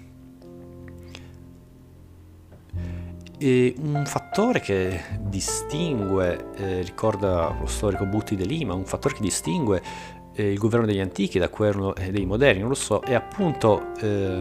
E un fattore che distingue, eh, ricorda lo storico Butti de Lima, un fattore che distingue eh, il governo degli antichi da quello dei moderni, non lo so, è appunto eh,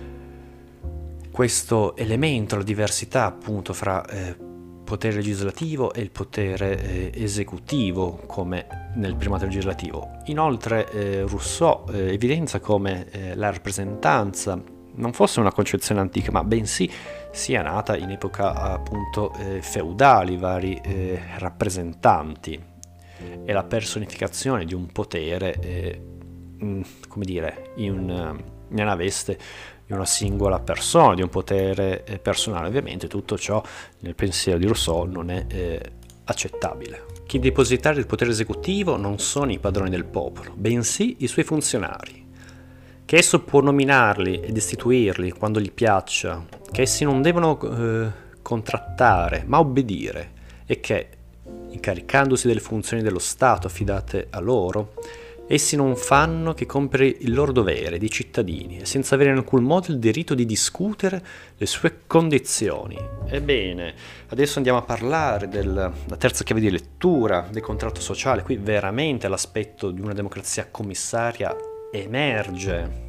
questo elemento, la diversità appunto fra eh, potere legislativo e il potere eh, esecutivo come nel primato legislativo. Inoltre eh, Rousseau eh, evidenzia come eh, la rappresentanza non fosse una concezione antica, ma bensì sia nata in epoca appunto eh, feudali, vari eh, rappresentanti e la personificazione di un potere, eh, mh, come dire, in, nella veste di una singola persona, di un potere eh, personale. Ovviamente tutto ciò nel pensiero di Rousseau non è eh, accettabile. Che i depositari del potere esecutivo non sono i padroni del popolo, bensì i suoi funzionari, che esso può nominarli e destituirli quando gli piaccia, che essi non devono eh, contrattare ma obbedire e che, incaricandosi delle funzioni dello Stato affidate a loro, Essi non fanno che compiere il loro dovere di cittadini e senza avere in alcun modo il diritto di discutere le sue condizioni. Ebbene, adesso andiamo a parlare della terza chiave di lettura del contratto sociale. Qui veramente l'aspetto di una democrazia commissaria emerge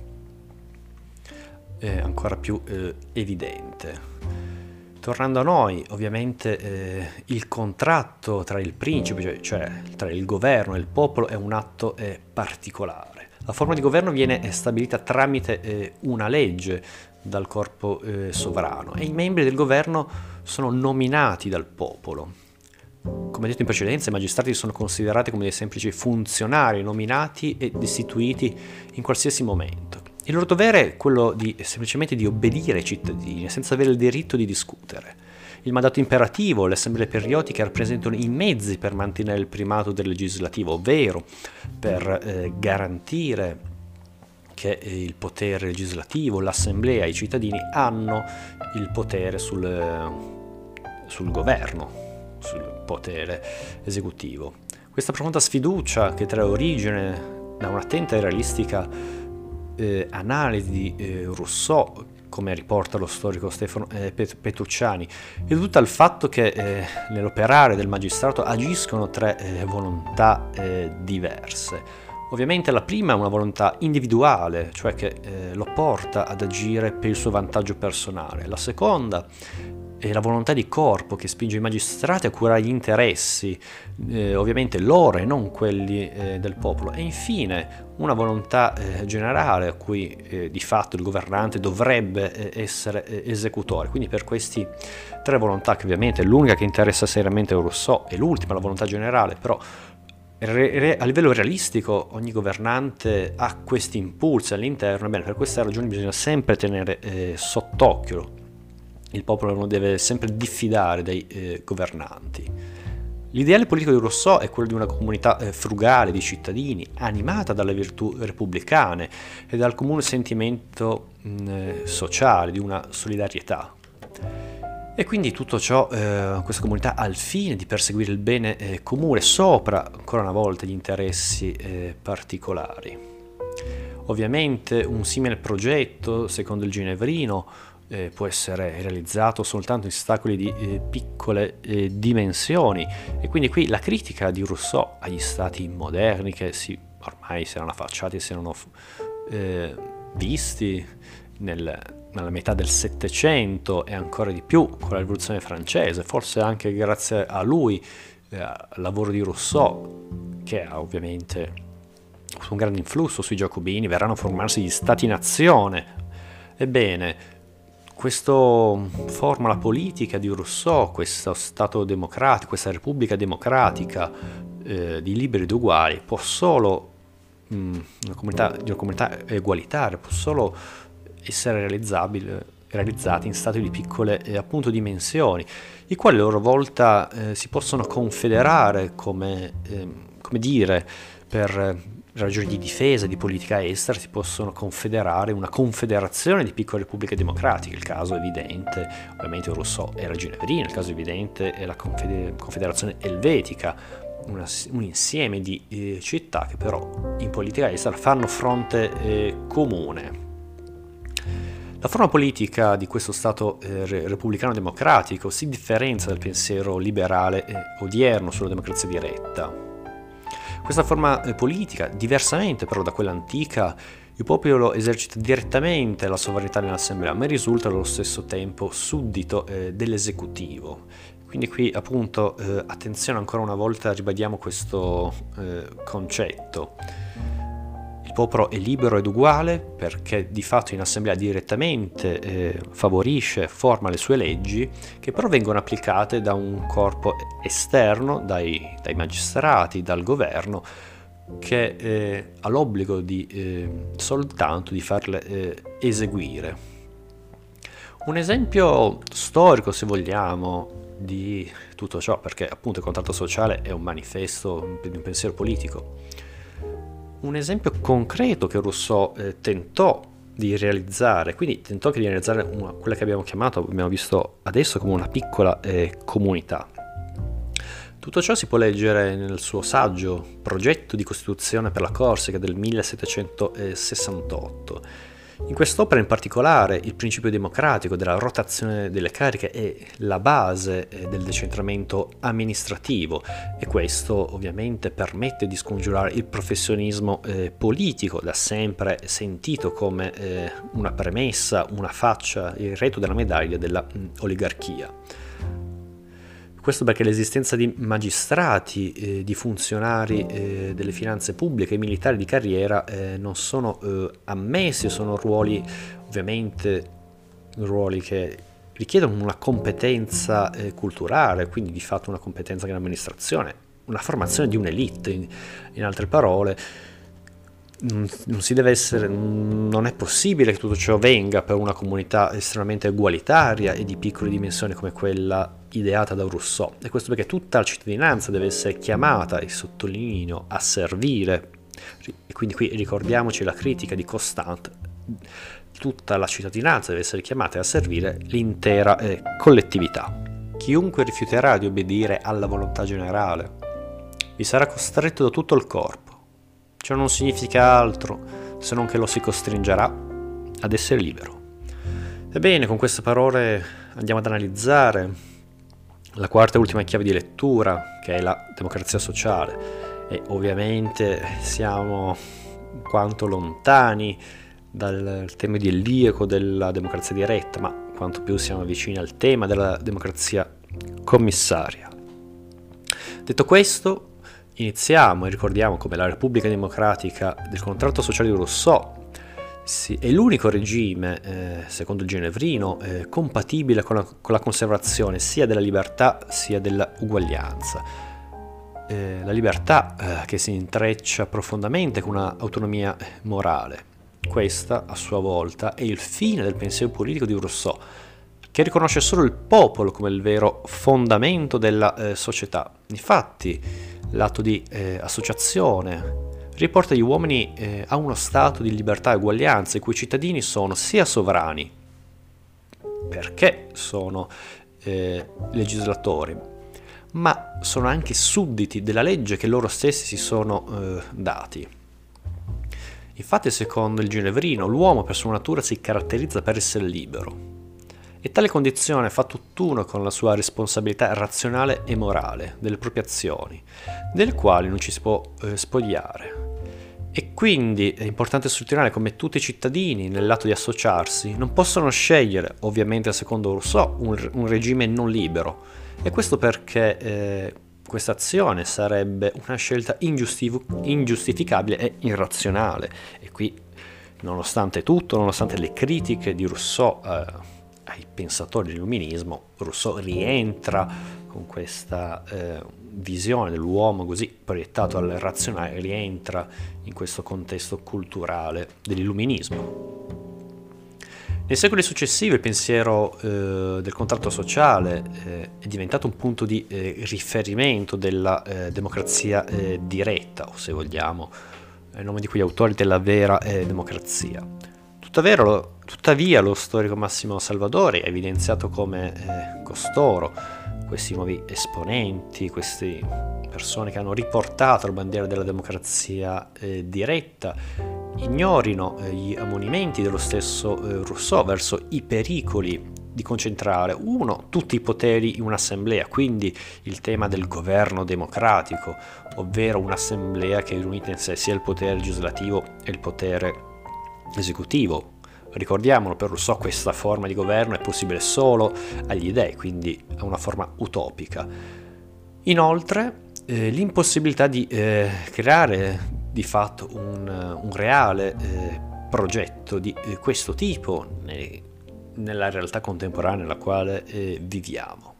eh, ancora più eh, evidente. Tornando a noi, ovviamente eh, il contratto tra il principe, cioè, cioè tra il governo e il popolo, è un atto eh, particolare. La forma di governo viene eh, stabilita tramite eh, una legge dal corpo eh, sovrano e i membri del governo sono nominati dal popolo. Come detto in precedenza, i magistrati sono considerati come dei semplici funzionari nominati e destituiti in qualsiasi momento. Il loro dovere è quello di semplicemente di obbedire ai cittadini senza avere il diritto di discutere. Il mandato imperativo, le assemblee periodiche rappresentano i mezzi per mantenere il primato del legislativo, ovvero per eh, garantire che eh, il potere legislativo, l'assemblea, i cittadini hanno il potere sul, sul governo, sul potere esecutivo. Questa profonda sfiducia che trae origine da un'attenta e realistica Eh, analisi di eh, Rousseau, come riporta lo storico Stefano eh, Petrucciani, è dovuta al fatto che eh, nell'operare del magistrato agiscono tre eh, volontà eh, diverse. Ovviamente la prima è una volontà individuale, cioè che eh, lo porta ad agire per il suo vantaggio personale. La seconda è la volontà di corpo che spinge i magistrati a curare gli interessi, eh, ovviamente loro e non quelli eh, del popolo. E infine una volontà eh, generale a cui eh, di fatto il governante dovrebbe eh, essere eh, esecutore. Quindi per questi tre volontà, che ovviamente l'unica che interessa seriamente Rousseau è l'ultima, la volontà generale, però a livello realistico ogni governante ha questi impulsi all'interno. Ebbene, per queste ragioni bisogna sempre tenere eh, sott'occhio. Il popolo non deve sempre diffidare dei eh, governanti. L'ideale politico di Rousseau è quello di una comunità eh, frugale di cittadini, animata dalle virtù repubblicane e dal comune sentimento mh, sociale, di una solidarietà. E quindi tutto ciò, eh, questa comunità ha il fine di perseguire il bene eh, comune sopra, ancora una volta, gli interessi eh, particolari. Ovviamente un simile progetto, secondo il Ginevrino, Eh, può essere realizzato soltanto in ostacoli di eh, piccole eh, dimensioni, e quindi qui la critica di Rousseau agli stati moderni che si, ormai si erano affacciati, si erano eh, visti nel, nella metà del Settecento e ancora di più con la rivoluzione francese, forse anche grazie a lui, eh, al lavoro di Rousseau, che ha ovviamente un grande influsso sui giacobini, verranno a formarsi gli stati-nazione. Ebbene, questo forma la politica di Rousseau, questo Stato democratico, questa Repubblica democratica eh, di liberi ed uguali, può solo, mh, una comunità, di una comunità egualitaria, può solo essere realizzabile, realizzata in stati di piccole eh, appunto dimensioni, i quali a loro volta eh, si possono confederare come, eh, come dire, per ragioni di difesa, di politica estera, si possono confederare una confederazione di piccole repubbliche democratiche. Il caso evidente, ovviamente Rousseau era Ginevrino, il caso evidente è la Confederazione Elvetica, una, un insieme di eh, città che però in politica estera fanno fronte eh, comune. La forma politica di questo Stato eh, repubblicano democratico si differenzia dal pensiero liberale eh, odierno sulla democrazia diretta. Questa forma politica, diversamente però da quella antica, il popolo esercita direttamente la sovranità nell'assemblea, ma risulta allo stesso tempo suddito eh, dell'esecutivo. Quindi qui appunto, eh, attenzione, ancora una volta ribadiamo questo eh, concetto. Il popolo è libero ed uguale perché di fatto in assemblea direttamente eh, favorisce, forma le sue leggi, che però vengono applicate da un corpo esterno, dai, dai magistrati, dal governo, che eh, ha l'obbligo di eh, soltanto di farle eh, eseguire. Un esempio storico, se vogliamo, di tutto ciò, perché appunto il contratto sociale è un manifesto di un pensiero politico. Un esempio concreto che Rousseau eh, tentò di realizzare, quindi tentò di realizzare una, quella che abbiamo chiamato, abbiamo visto adesso, come una piccola eh, comunità. Tutto ciò si può leggere nel suo saggio Progetto di Costituzione per la Corsica del millesettecentosessantotto. In quest'opera in particolare il principio democratico della rotazione delle cariche è la base del decentramento amministrativo e questo ovviamente permette di scongiurare il professionismo eh, politico, da sempre sentito come eh, una premessa, una faccia, il retro della medaglia della mh, oligarchia. Questo perché l'esistenza di magistrati, eh, di funzionari eh, delle finanze pubbliche e militari di carriera eh, non sono eh, ammessi, sono ruoli ovviamente ruoli che richiedono una competenza eh, culturale, quindi di fatto una competenza nell'amministrazione, una formazione di un'elite, in, in altre parole. Non, non si deve essere, non è possibile che tutto ciò venga per una comunità estremamente egualitaria e di piccole dimensioni come quella ideata da Rousseau, e questo perché tutta la cittadinanza deve essere chiamata, e sottolineo, a servire, e quindi qui ricordiamoci la critica di Constant, tutta la cittadinanza deve essere chiamata a servire l'intera eh, collettività. Chiunque rifiuterà di obbedire alla volontà generale vi sarà costretto da tutto il corpo. Ciò non significa altro se non che lo si costringerà ad essere libero. Ebbene, con queste parole andiamo ad analizzare la quarta e ultima chiave di lettura, che è la democrazia sociale, e ovviamente siamo quanto lontani dal tema di Eliaco della democrazia diretta, ma quanto più siamo vicini al tema della democrazia commissaria. Detto questo, iniziamo e ricordiamo come la Repubblica Democratica del contratto sociale di Rousseau sì, è l'unico regime, eh, secondo il Ginevrino, eh, compatibile con la, con la conservazione sia della libertà sia dell'uguaglianza. Eh, la libertà eh, che si intreccia profondamente con un'autonomia morale. Questa, a sua volta, è il fine del pensiero politico di Rousseau, che riconosce solo il popolo come il vero fondamento della eh, società. Infatti, l'atto di eh, associazione riporta gli uomini eh, a uno stato di libertà e uguaglianza, in cui i cittadini sono sia sovrani, perché sono eh, legislatori, ma sono anche sudditi della legge che loro stessi si sono eh, dati. Infatti, secondo il Ginevrino, l'uomo per sua natura si caratterizza per essere libero, e tale condizione fa tutt'uno con la sua responsabilità razionale e morale delle proprie azioni, delle quali non ci si può eh, spogliare. E quindi è importante sottolineare come tutti i cittadini, nell'atto di associarsi, non possono scegliere, ovviamente secondo Rousseau, un, un regime non libero. E questo perché eh, questa azione sarebbe una scelta ingiustif- ingiustificabile e irrazionale. E qui, nonostante tutto, nonostante le critiche di Rousseau eh, ai pensatori dell'illuminismo, Rousseau rientra con questa eh, visione dell'uomo così proiettato al razionale, rientra in questo contesto culturale dell'illuminismo. Nei secoli successivi il pensiero eh, del contratto sociale eh, è diventato un punto di eh, riferimento della eh, democrazia eh, diretta, o se vogliamo, il nome di quegli autori della vera eh, democrazia. Tuttavia lo, tuttavia lo storico Massimo Salvadori ha evidenziato come eh, costoro, questi nuovi esponenti, queste persone che hanno riportato la bandiera della democrazia eh, diretta, ignorino eh, gli ammonimenti dello stesso eh, Rousseau verso i pericoli di concentrare, uno, tutti i poteri in un'assemblea, quindi il tema del governo democratico, ovvero un'assemblea che riunita in sé sia il potere legislativo e il potere esecutivo. Ricordiamolo, per Rousseau questa forma di governo è possibile solo agli dei, quindi è una forma utopica. Inoltre, eh, l'impossibilità di eh, creare di fatto un, un reale eh, progetto di eh, questo tipo ne, nella realtà contemporanea nella quale eh, viviamo.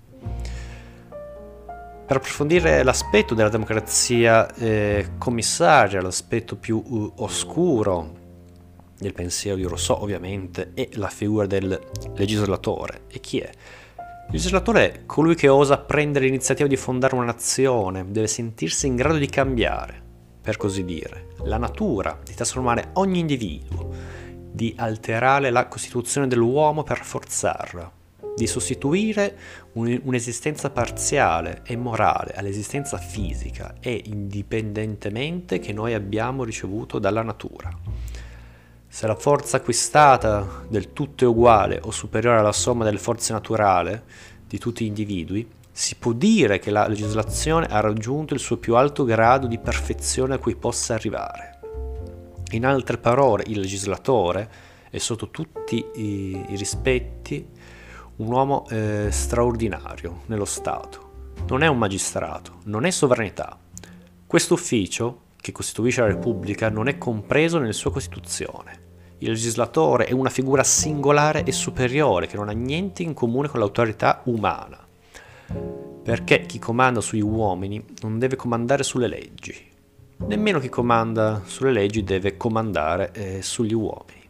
Per approfondire l'aspetto della democrazia eh, commissaria, l'aspetto più uh, oscuro del pensiero di Rousseau, ovviamente, è la figura del legislatore. E chi è? Il legislatore è colui che osa prendere l'iniziativa di fondare una nazione, deve sentirsi in grado di cambiare, per così dire, la natura, di trasformare ogni individuo, di alterare la costituzione dell'uomo per rafforzarla. di sostituire un, un'esistenza parziale e morale all'esistenza fisica e indipendentemente che noi abbiamo ricevuto dalla natura. Se la forza acquistata del tutto è uguale o superiore alla somma delle forze naturali di tutti gli individui, si può dire che la legislazione ha raggiunto il suo più alto grado di perfezione a cui possa arrivare. In altre parole, il legislatore è sotto tutti i, i rispetti un uomo eh, straordinario nello Stato. Non è un magistrato, non è sovranità. Questo ufficio, che costituisce la Repubblica, non è compreso nella sua Costituzione. Il legislatore è una figura singolare e superiore che non ha niente in comune con l'autorità umana, perché chi comanda sugli uomini non deve comandare sulle leggi. Nemmeno chi comanda sulle leggi deve comandare eh, sugli uomini.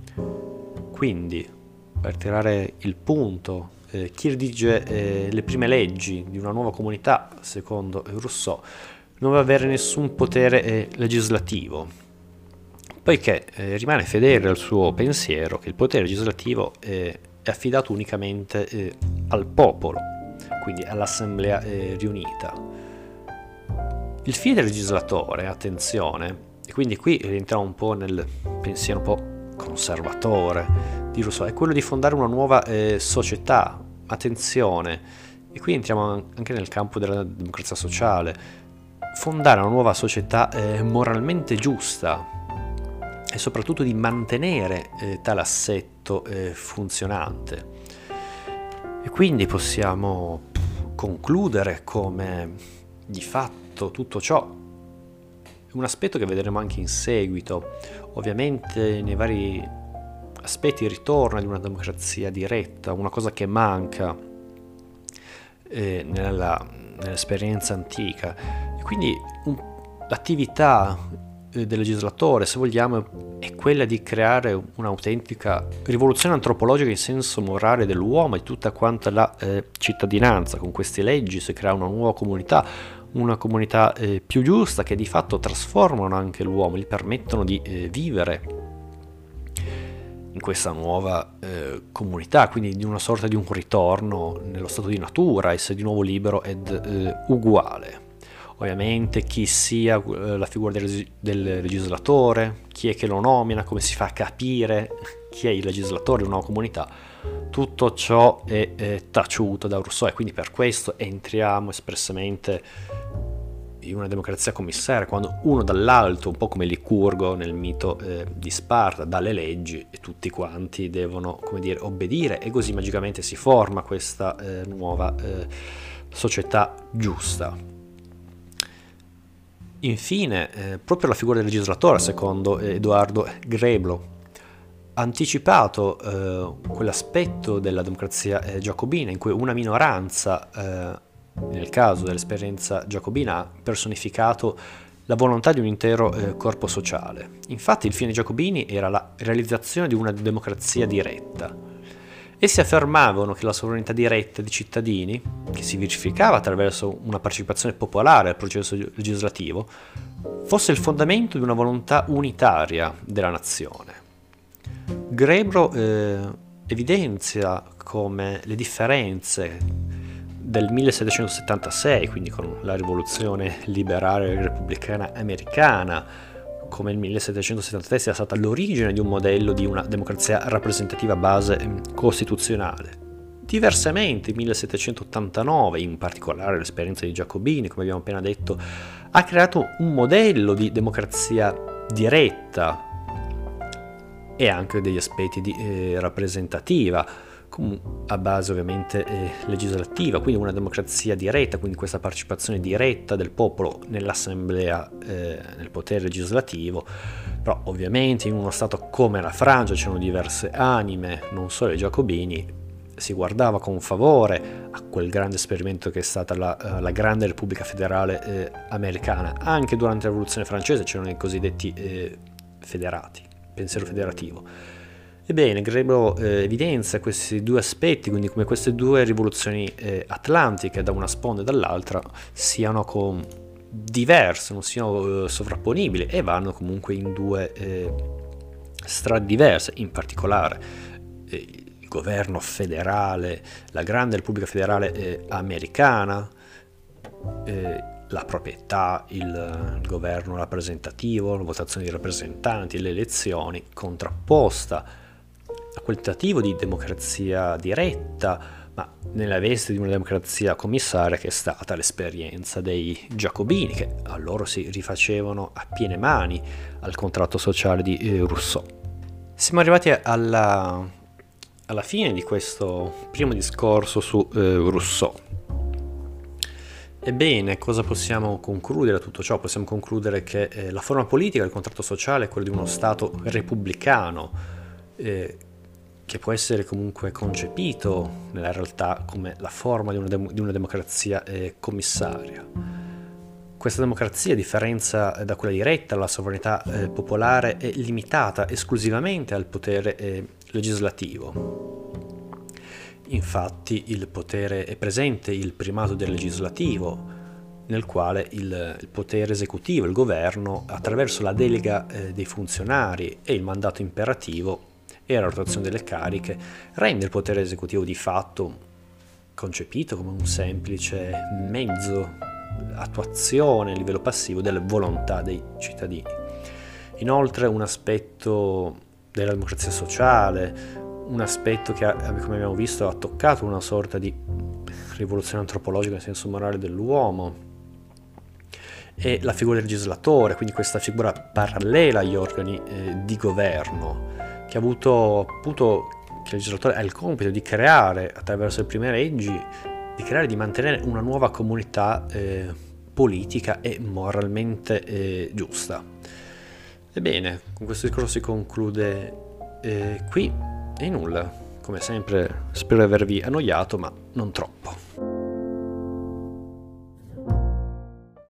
Quindi, per tirare il punto, eh, chi redige eh, le prime leggi di una nuova comunità, secondo Rousseau, non deve avere nessun potere eh, legislativo, poiché eh, rimane fedele al suo pensiero che il potere legislativo eh, è affidato unicamente eh, al popolo, quindi all'assemblea eh, riunita. Il fine del legislatore, attenzione, e quindi qui rientriamo un po' nel pensiero un po' conservatore di Rousseau, è quello di fondare una nuova eh, società, attenzione, e qui entriamo anche nel campo della democrazia sociale, fondare una nuova società eh, moralmente giusta e soprattutto di mantenere eh, tale assetto eh, funzionante. E quindi possiamo concludere come di fatto tutto ciò è un aspetto che vedremo anche in seguito. Ovviamente nei vari aspetti ritorna ad una democrazia diretta, una cosa che manca eh, nella, nell'esperienza antica. E quindi un, l'attività eh, del legislatore, se vogliamo, è quella di creare un'autentica rivoluzione antropologica in senso morale dell'uomo e tutta quanta la eh, cittadinanza. Con queste leggi si crea una nuova comunità, una comunità eh, più giusta, che di fatto trasformano anche l'uomo, gli permettono di eh, vivere in questa nuova eh, comunità, quindi di una sorta di un ritorno nello stato di natura, essere di nuovo libero ed eh, uguale. Ovviamente chi sia eh, la figura del, del legislatore, chi è che lo nomina, come si fa a capire chi è il legislatore di una nuova comunità, tutto ciò è, è taciuto da Rousseau, e quindi per questo entriamo espressamente in una democrazia commissaria, quando uno dall'alto, un po' come Licurgo nel mito eh, di Sparta, dà le leggi e tutti quanti devono, come dire, obbedire, e così magicamente si forma questa eh, nuova eh, società giusta. Infine, eh, proprio la figura del legislatore, secondo Edoardo Greblo, ha anticipato eh, quell'aspetto della democrazia eh, giacobina in cui una minoranza, eh, nel caso dell'esperienza giacobina, ha personificato la volontà di un intero eh, corpo sociale. Infatti il fine giacobini era la realizzazione di una democrazia diretta. Essi affermavano che la sovranità diretta dei cittadini, che si verificava attraverso una partecipazione popolare al processo legislativo, fosse il fondamento di una volontà unitaria della nazione. Grebro eh, evidenzia come le differenze del millesettecentosettantasei, quindi con la rivoluzione liberale e repubblicana americana, come il millesettecentosettantatré sia stata l'origine di un modello di una democrazia rappresentativa a base costituzionale. Diversamente, il millesettecentottantanove, in particolare l'esperienza dei Giacobini, come abbiamo appena detto, ha creato un modello di democrazia diretta e anche degli aspetti di eh, rappresentativa, a base ovviamente eh, legislativa, quindi una democrazia diretta, quindi questa partecipazione diretta del popolo nell'assemblea, eh, nel potere legislativo. Però ovviamente in uno stato come la Francia c'erano diverse anime, non solo i giacobini, si guardava con favore a quel grande esperimento che è stata la, la grande Repubblica Federale eh, americana. Anche durante la Rivoluzione francese c'erano i cosiddetti eh, federati, pensiero federativo. Ebbene, Greblo eh, evidenzia questi due aspetti, quindi come queste due rivoluzioni eh, atlantiche da una sponda e dall'altra siano con diverse, non siano eh, sovrapponibili, e vanno comunque in due eh, strade diverse. In particolare eh, governo federale, la grande Repubblica Federale eh, americana, eh, la proprietà, il, il governo rappresentativo, la votazione dei rappresentanti, le elezioni, contrapposta a quel tentativo di democrazia diretta, ma nella veste di una democrazia commissaria, che è stata l'esperienza dei Giacobini, che a loro si rifacevano a piene mani al contratto sociale di eh, Rousseau. Siamo arrivati alla, alla fine di questo primo discorso su eh, Rousseau. Ebbene, cosa possiamo concludere da tutto ciò? Possiamo concludere che eh, la forma politica del contratto sociale è quella di uno Stato repubblicano, eh, che può essere comunque concepito nella realtà come la forma di una, dem- di una democrazia eh, commissaria. Questa democrazia, a differenza da quella diretta, la sovranità eh, popolare è limitata esclusivamente al potere eh, legislativo. Infatti il potere è presente, il primato del legislativo, nel quale il, il potere esecutivo, il governo, attraverso la delega eh, dei funzionari e il mandato imperativo e la rotazione delle cariche, rende il potere esecutivo di fatto concepito come un semplice mezzo, attuazione a livello passivo delle volontà dei cittadini. Inoltre un aspetto della democrazia sociale, un aspetto che, come abbiamo visto, ha toccato una sorta di rivoluzione antropologica nel senso morale dell'uomo, è la figura del legislatore, quindi questa figura parallela agli organi eh, di governo, che ha avuto appunto, che il legislatore ha il compito di creare attraverso le prime leggi, di creare, di mantenere una nuova comunità eh, politica e moralmente eh, giusta. Ebbene, con questo discorso si conclude eh, qui e nulla. Come sempre spero di avervi annoiato, ma non troppo.